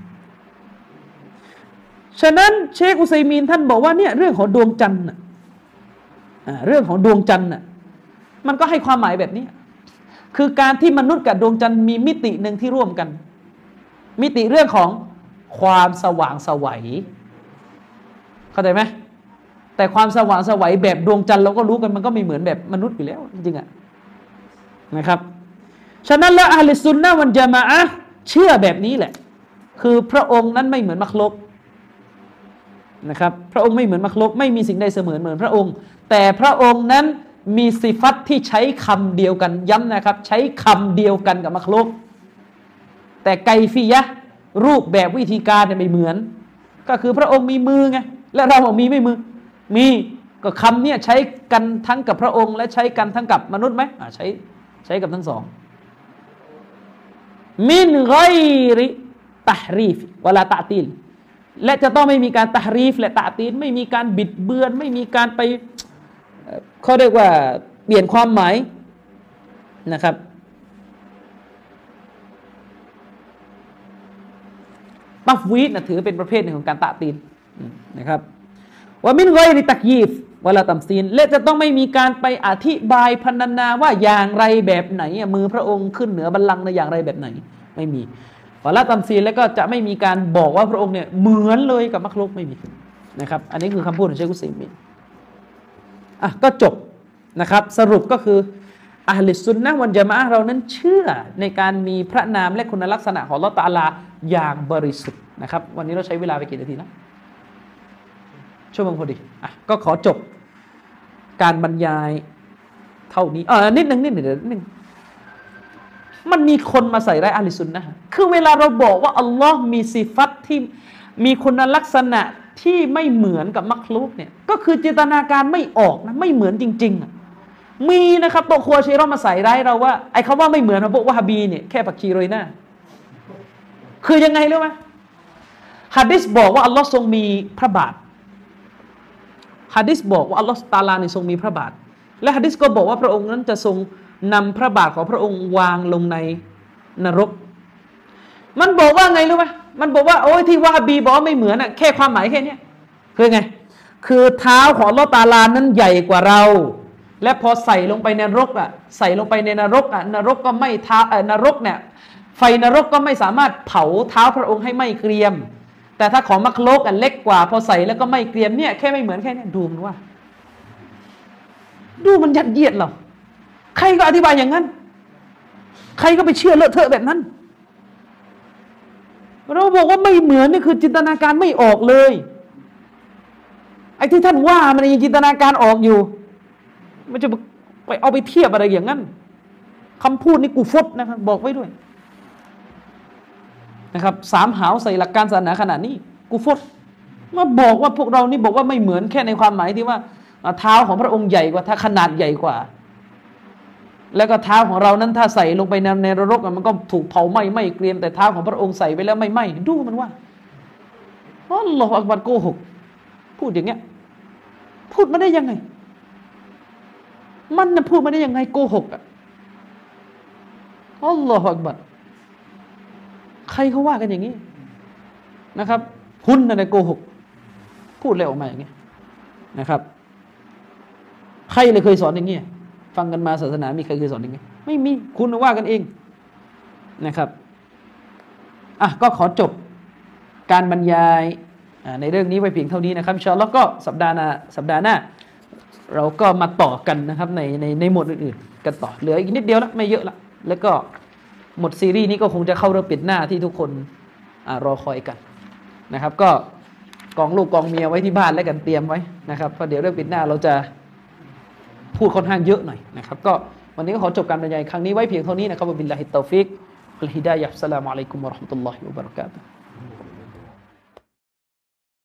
ฉะนั้นเชคอุซัยมีนท่านบอกว่าเนี่ยเรื่องของดวงจันทร์น่ะเรื่องของดวงจันทร์น่ะมันก็ให้ความหมายแบบนี้คือการที่มนุษย์กับดวงจันทร์มีมิติหนึ่งที่ร่วมกันมิติเรื่องของความสว่างไสวเข้าใจไหมแต่ความสว่างไสวแบบดวงจันทร์เราก็รู้กันมันก็ไม่เหมือนแบบมนุษย์อยู่แล้วจริงๆอ่ะนะครับฉะนั้นแล้วอะห์ลุสซุนนะฮ์วัลญะมาอะห์เชื่อแบบนี้แหละคือพระองค์นั้นไม่เหมือนมักลุกนะครับพระองค์ไม่เหมือนมักลุกไม่มีสิ่งใดเสมือนเหมือนพระองค์แต่พระองค์นั้นมีสิฟัตที่ใช้คำเดียวกันย้ำนะครับใช้คำเดียวกันกับมักลุกแต่ไกฟียะห์รูปแบบวิธีการเนี่ยไม่เหมือนก็คือพระองค์มีมือไงและเราบอกมีไม่มือมีก็คำเนี่ยใช้กันทั้งกับพระองค์และใช้กันทั้งกับมนุษย์ไหมอ่าใช้ใช้กับทั้งสองมินฆอยริตะฮรีฟวะลาตะตีลและจะต้องไม่มีการตะฮรีฟและตะตีลไม่มีการบิดเบือนไม่มีการไปเขาเรียกว่าเปลี่ยนความหมายนะครับตัฟวีดนะถือเป็นประเภทหนึ่งของการตะตีลนะครับว่ามินฆอยริตักยีฟวะลาตัมซีนและจะต้องไม่มีการไปอธิบายพรรณนาว่าอย่างไรแบบไหนมือพระองค์ขึ้นเหนือบัลลังก์ในอย่างไรแบบไหนไม่มีวะลาตัมซีนแล้วก็จะไม่มีการบอกว่าพระองค์เนี่ยเหมือนเลยกับมักลุกไม่มีนะครับอันนี้คือคำพูดของเชคอุซัยมีนอ่ะก็จบนะครับสรุปก็คืออะห์ลุสซุนนะฮ์วัลญะมาอะห์เรานั้นเชื่อในการมีพระนามและคุณลักษณะของอัลเลาะห์ตะอาลาอย่างบริสุทธิ์นะครับวันนี้เราใช้เวลาไปกี่นาทีนะชั่วโมงพอดีอ่ะก็ขอจบการบรรยายเท่านี้เออนิดนึงนิดนึงนิดนึงมันมีคนมาใส่ร้ายอะห์ลุสซุนนะฮ์คือเวลาเราบอกว่าอัลลอฮ์มีสิฟัตที่มีคุณลักษณะที่ไม่เหมือนกับมักลุกเนี่ยก็คือจินตนาการไม่ออกนะไม่เหมือนจริงๆอ่ะมีนะครับโตครัวเชโรมาใส่ร้ายเราว่าไอ้คำว่าไม่เหมือนพวกวะฮาบีเนี่ยแค่ผักชีโรยหน้าคือยังไงรู้ไหมหะดีษบอกว่าอัลลอฮ์ทรงมีพระบาทหะดีษบอกว่าอัลลอฮ์ตะอาลาเนี่ยทรงมีพระบาทและหะดีษก็บอกว่าพระองค์นั้นจะทรงนำพระบาทของพระองค์วางลงในนรกมันบอกว่าไงรู้ไหมมันบอกว่าโอ้ยที่วะฮาบีบอกว่าไม่เหมือนอ่ะแค่ความหมายแค่นี้คือไงคือเท้าของอัลเลาะห์ตะอาลานั้นใหญ่กว่าเราและพอใส่ลงไปในนรกอ่ะใส่ลงไปในนรกอ่ะนรกก็ไม่ท้าเอ่อนรกเนี่ยไฟนรกก็ไม่สามารถเผาเท้าพระองค์ให้ไหม้เกรียมแต่ถ้าของมักโลกอันเล็กกว่าพอใส่แล้วก็ไหม้เกรียมเนี่ยแค่ไม่เหมือนแค่นี้ดูมันว่าดูมันยัดเยียดเราใครก็อธิบายอย่างนั้นใครก็ไปเชื่อเลอะเทอะแบบนั้นเราบอกว่าไม่เหมือนนี่คือจินตนาการไม่ออกเลยไอ้ที่ท่านว่ามันยังจินตนาการออกอยู่มันจะไปเอาไปเทียบอะไรอย่างนั้นคำพูดนี่กูฟดนะครับบอกไว้ด้วยนะครับสามหาวใส่หลักการศาสนาขนาดนี้กูฟดมาบอกว่าพวกเรานี่บอกว่าไม่เหมือนแค่ในความหมายที่ว่าเท้าของพระองค์ใหญ่กว่าถ้าขนาดใหญ่กว่าแล้วก็เท้าของเรานั้นถ้าใส่ลงไปในในนรกมันก็ถูกเผาไหม้ไหม้เกรียมแต่เท้าของพระองค์ใส่ไปแล้วไม่ไหม้ดูมันว่าอัลลอฮฺอักบัรโกหกพูดอย่างเงี้ยพูดมาได้ยังไงมันน่ะพูดมาได้ยังไงโกหกอ่ะอัลลอฮฺอักบัรใครเขาว่ากันอย่างนี้นะครับคุณน่ะโกหกพูดเลยออกมาอย่างนี้นะครับใครเลยเคยสอนอย่างนี้ฟังกันมาศาสนามีใครเคยสอนอย่างนี้ไม่มีคุณว่ากันเองนะครับอ่ะก็ขอจบการบรรยายในเรื่องนี้ไว้เพียงเท่านี้นะครับอินชาอัลเลาะห์ก็สัปดาห์หน้าสัปดาห์หน้าเราก็มาต่อกันนะครับในในในหมวดอื่นๆกันต่อเหลืออีกนิดเดียวละไม่เยอะละแล้วก็หมดซีรีส์นี้ก็คงจะเข้าเรื่องปิดหน้าที่ทุกคนอ่ารอคอยกันนะครับก็กองลูกกองเมียไว้ที่บ้านแล้วกันเตรียมไว้นะครับเพราะเดี๋ยวเรื่องปิดหน้าเราจะพูดค่อนข้างเยอะหน่อยนะครับก็วันนี้ก็ขอจบการบรรยายครั้งนี้ไว้เพียงเท่านี้นะครับบิลลาฮิตตอฟิกวัลฮิดายะฮ์อัสสลามุอะลัยกุมวะเราะห์มะตุลลอฮิวะบะเราะกาตุฮ์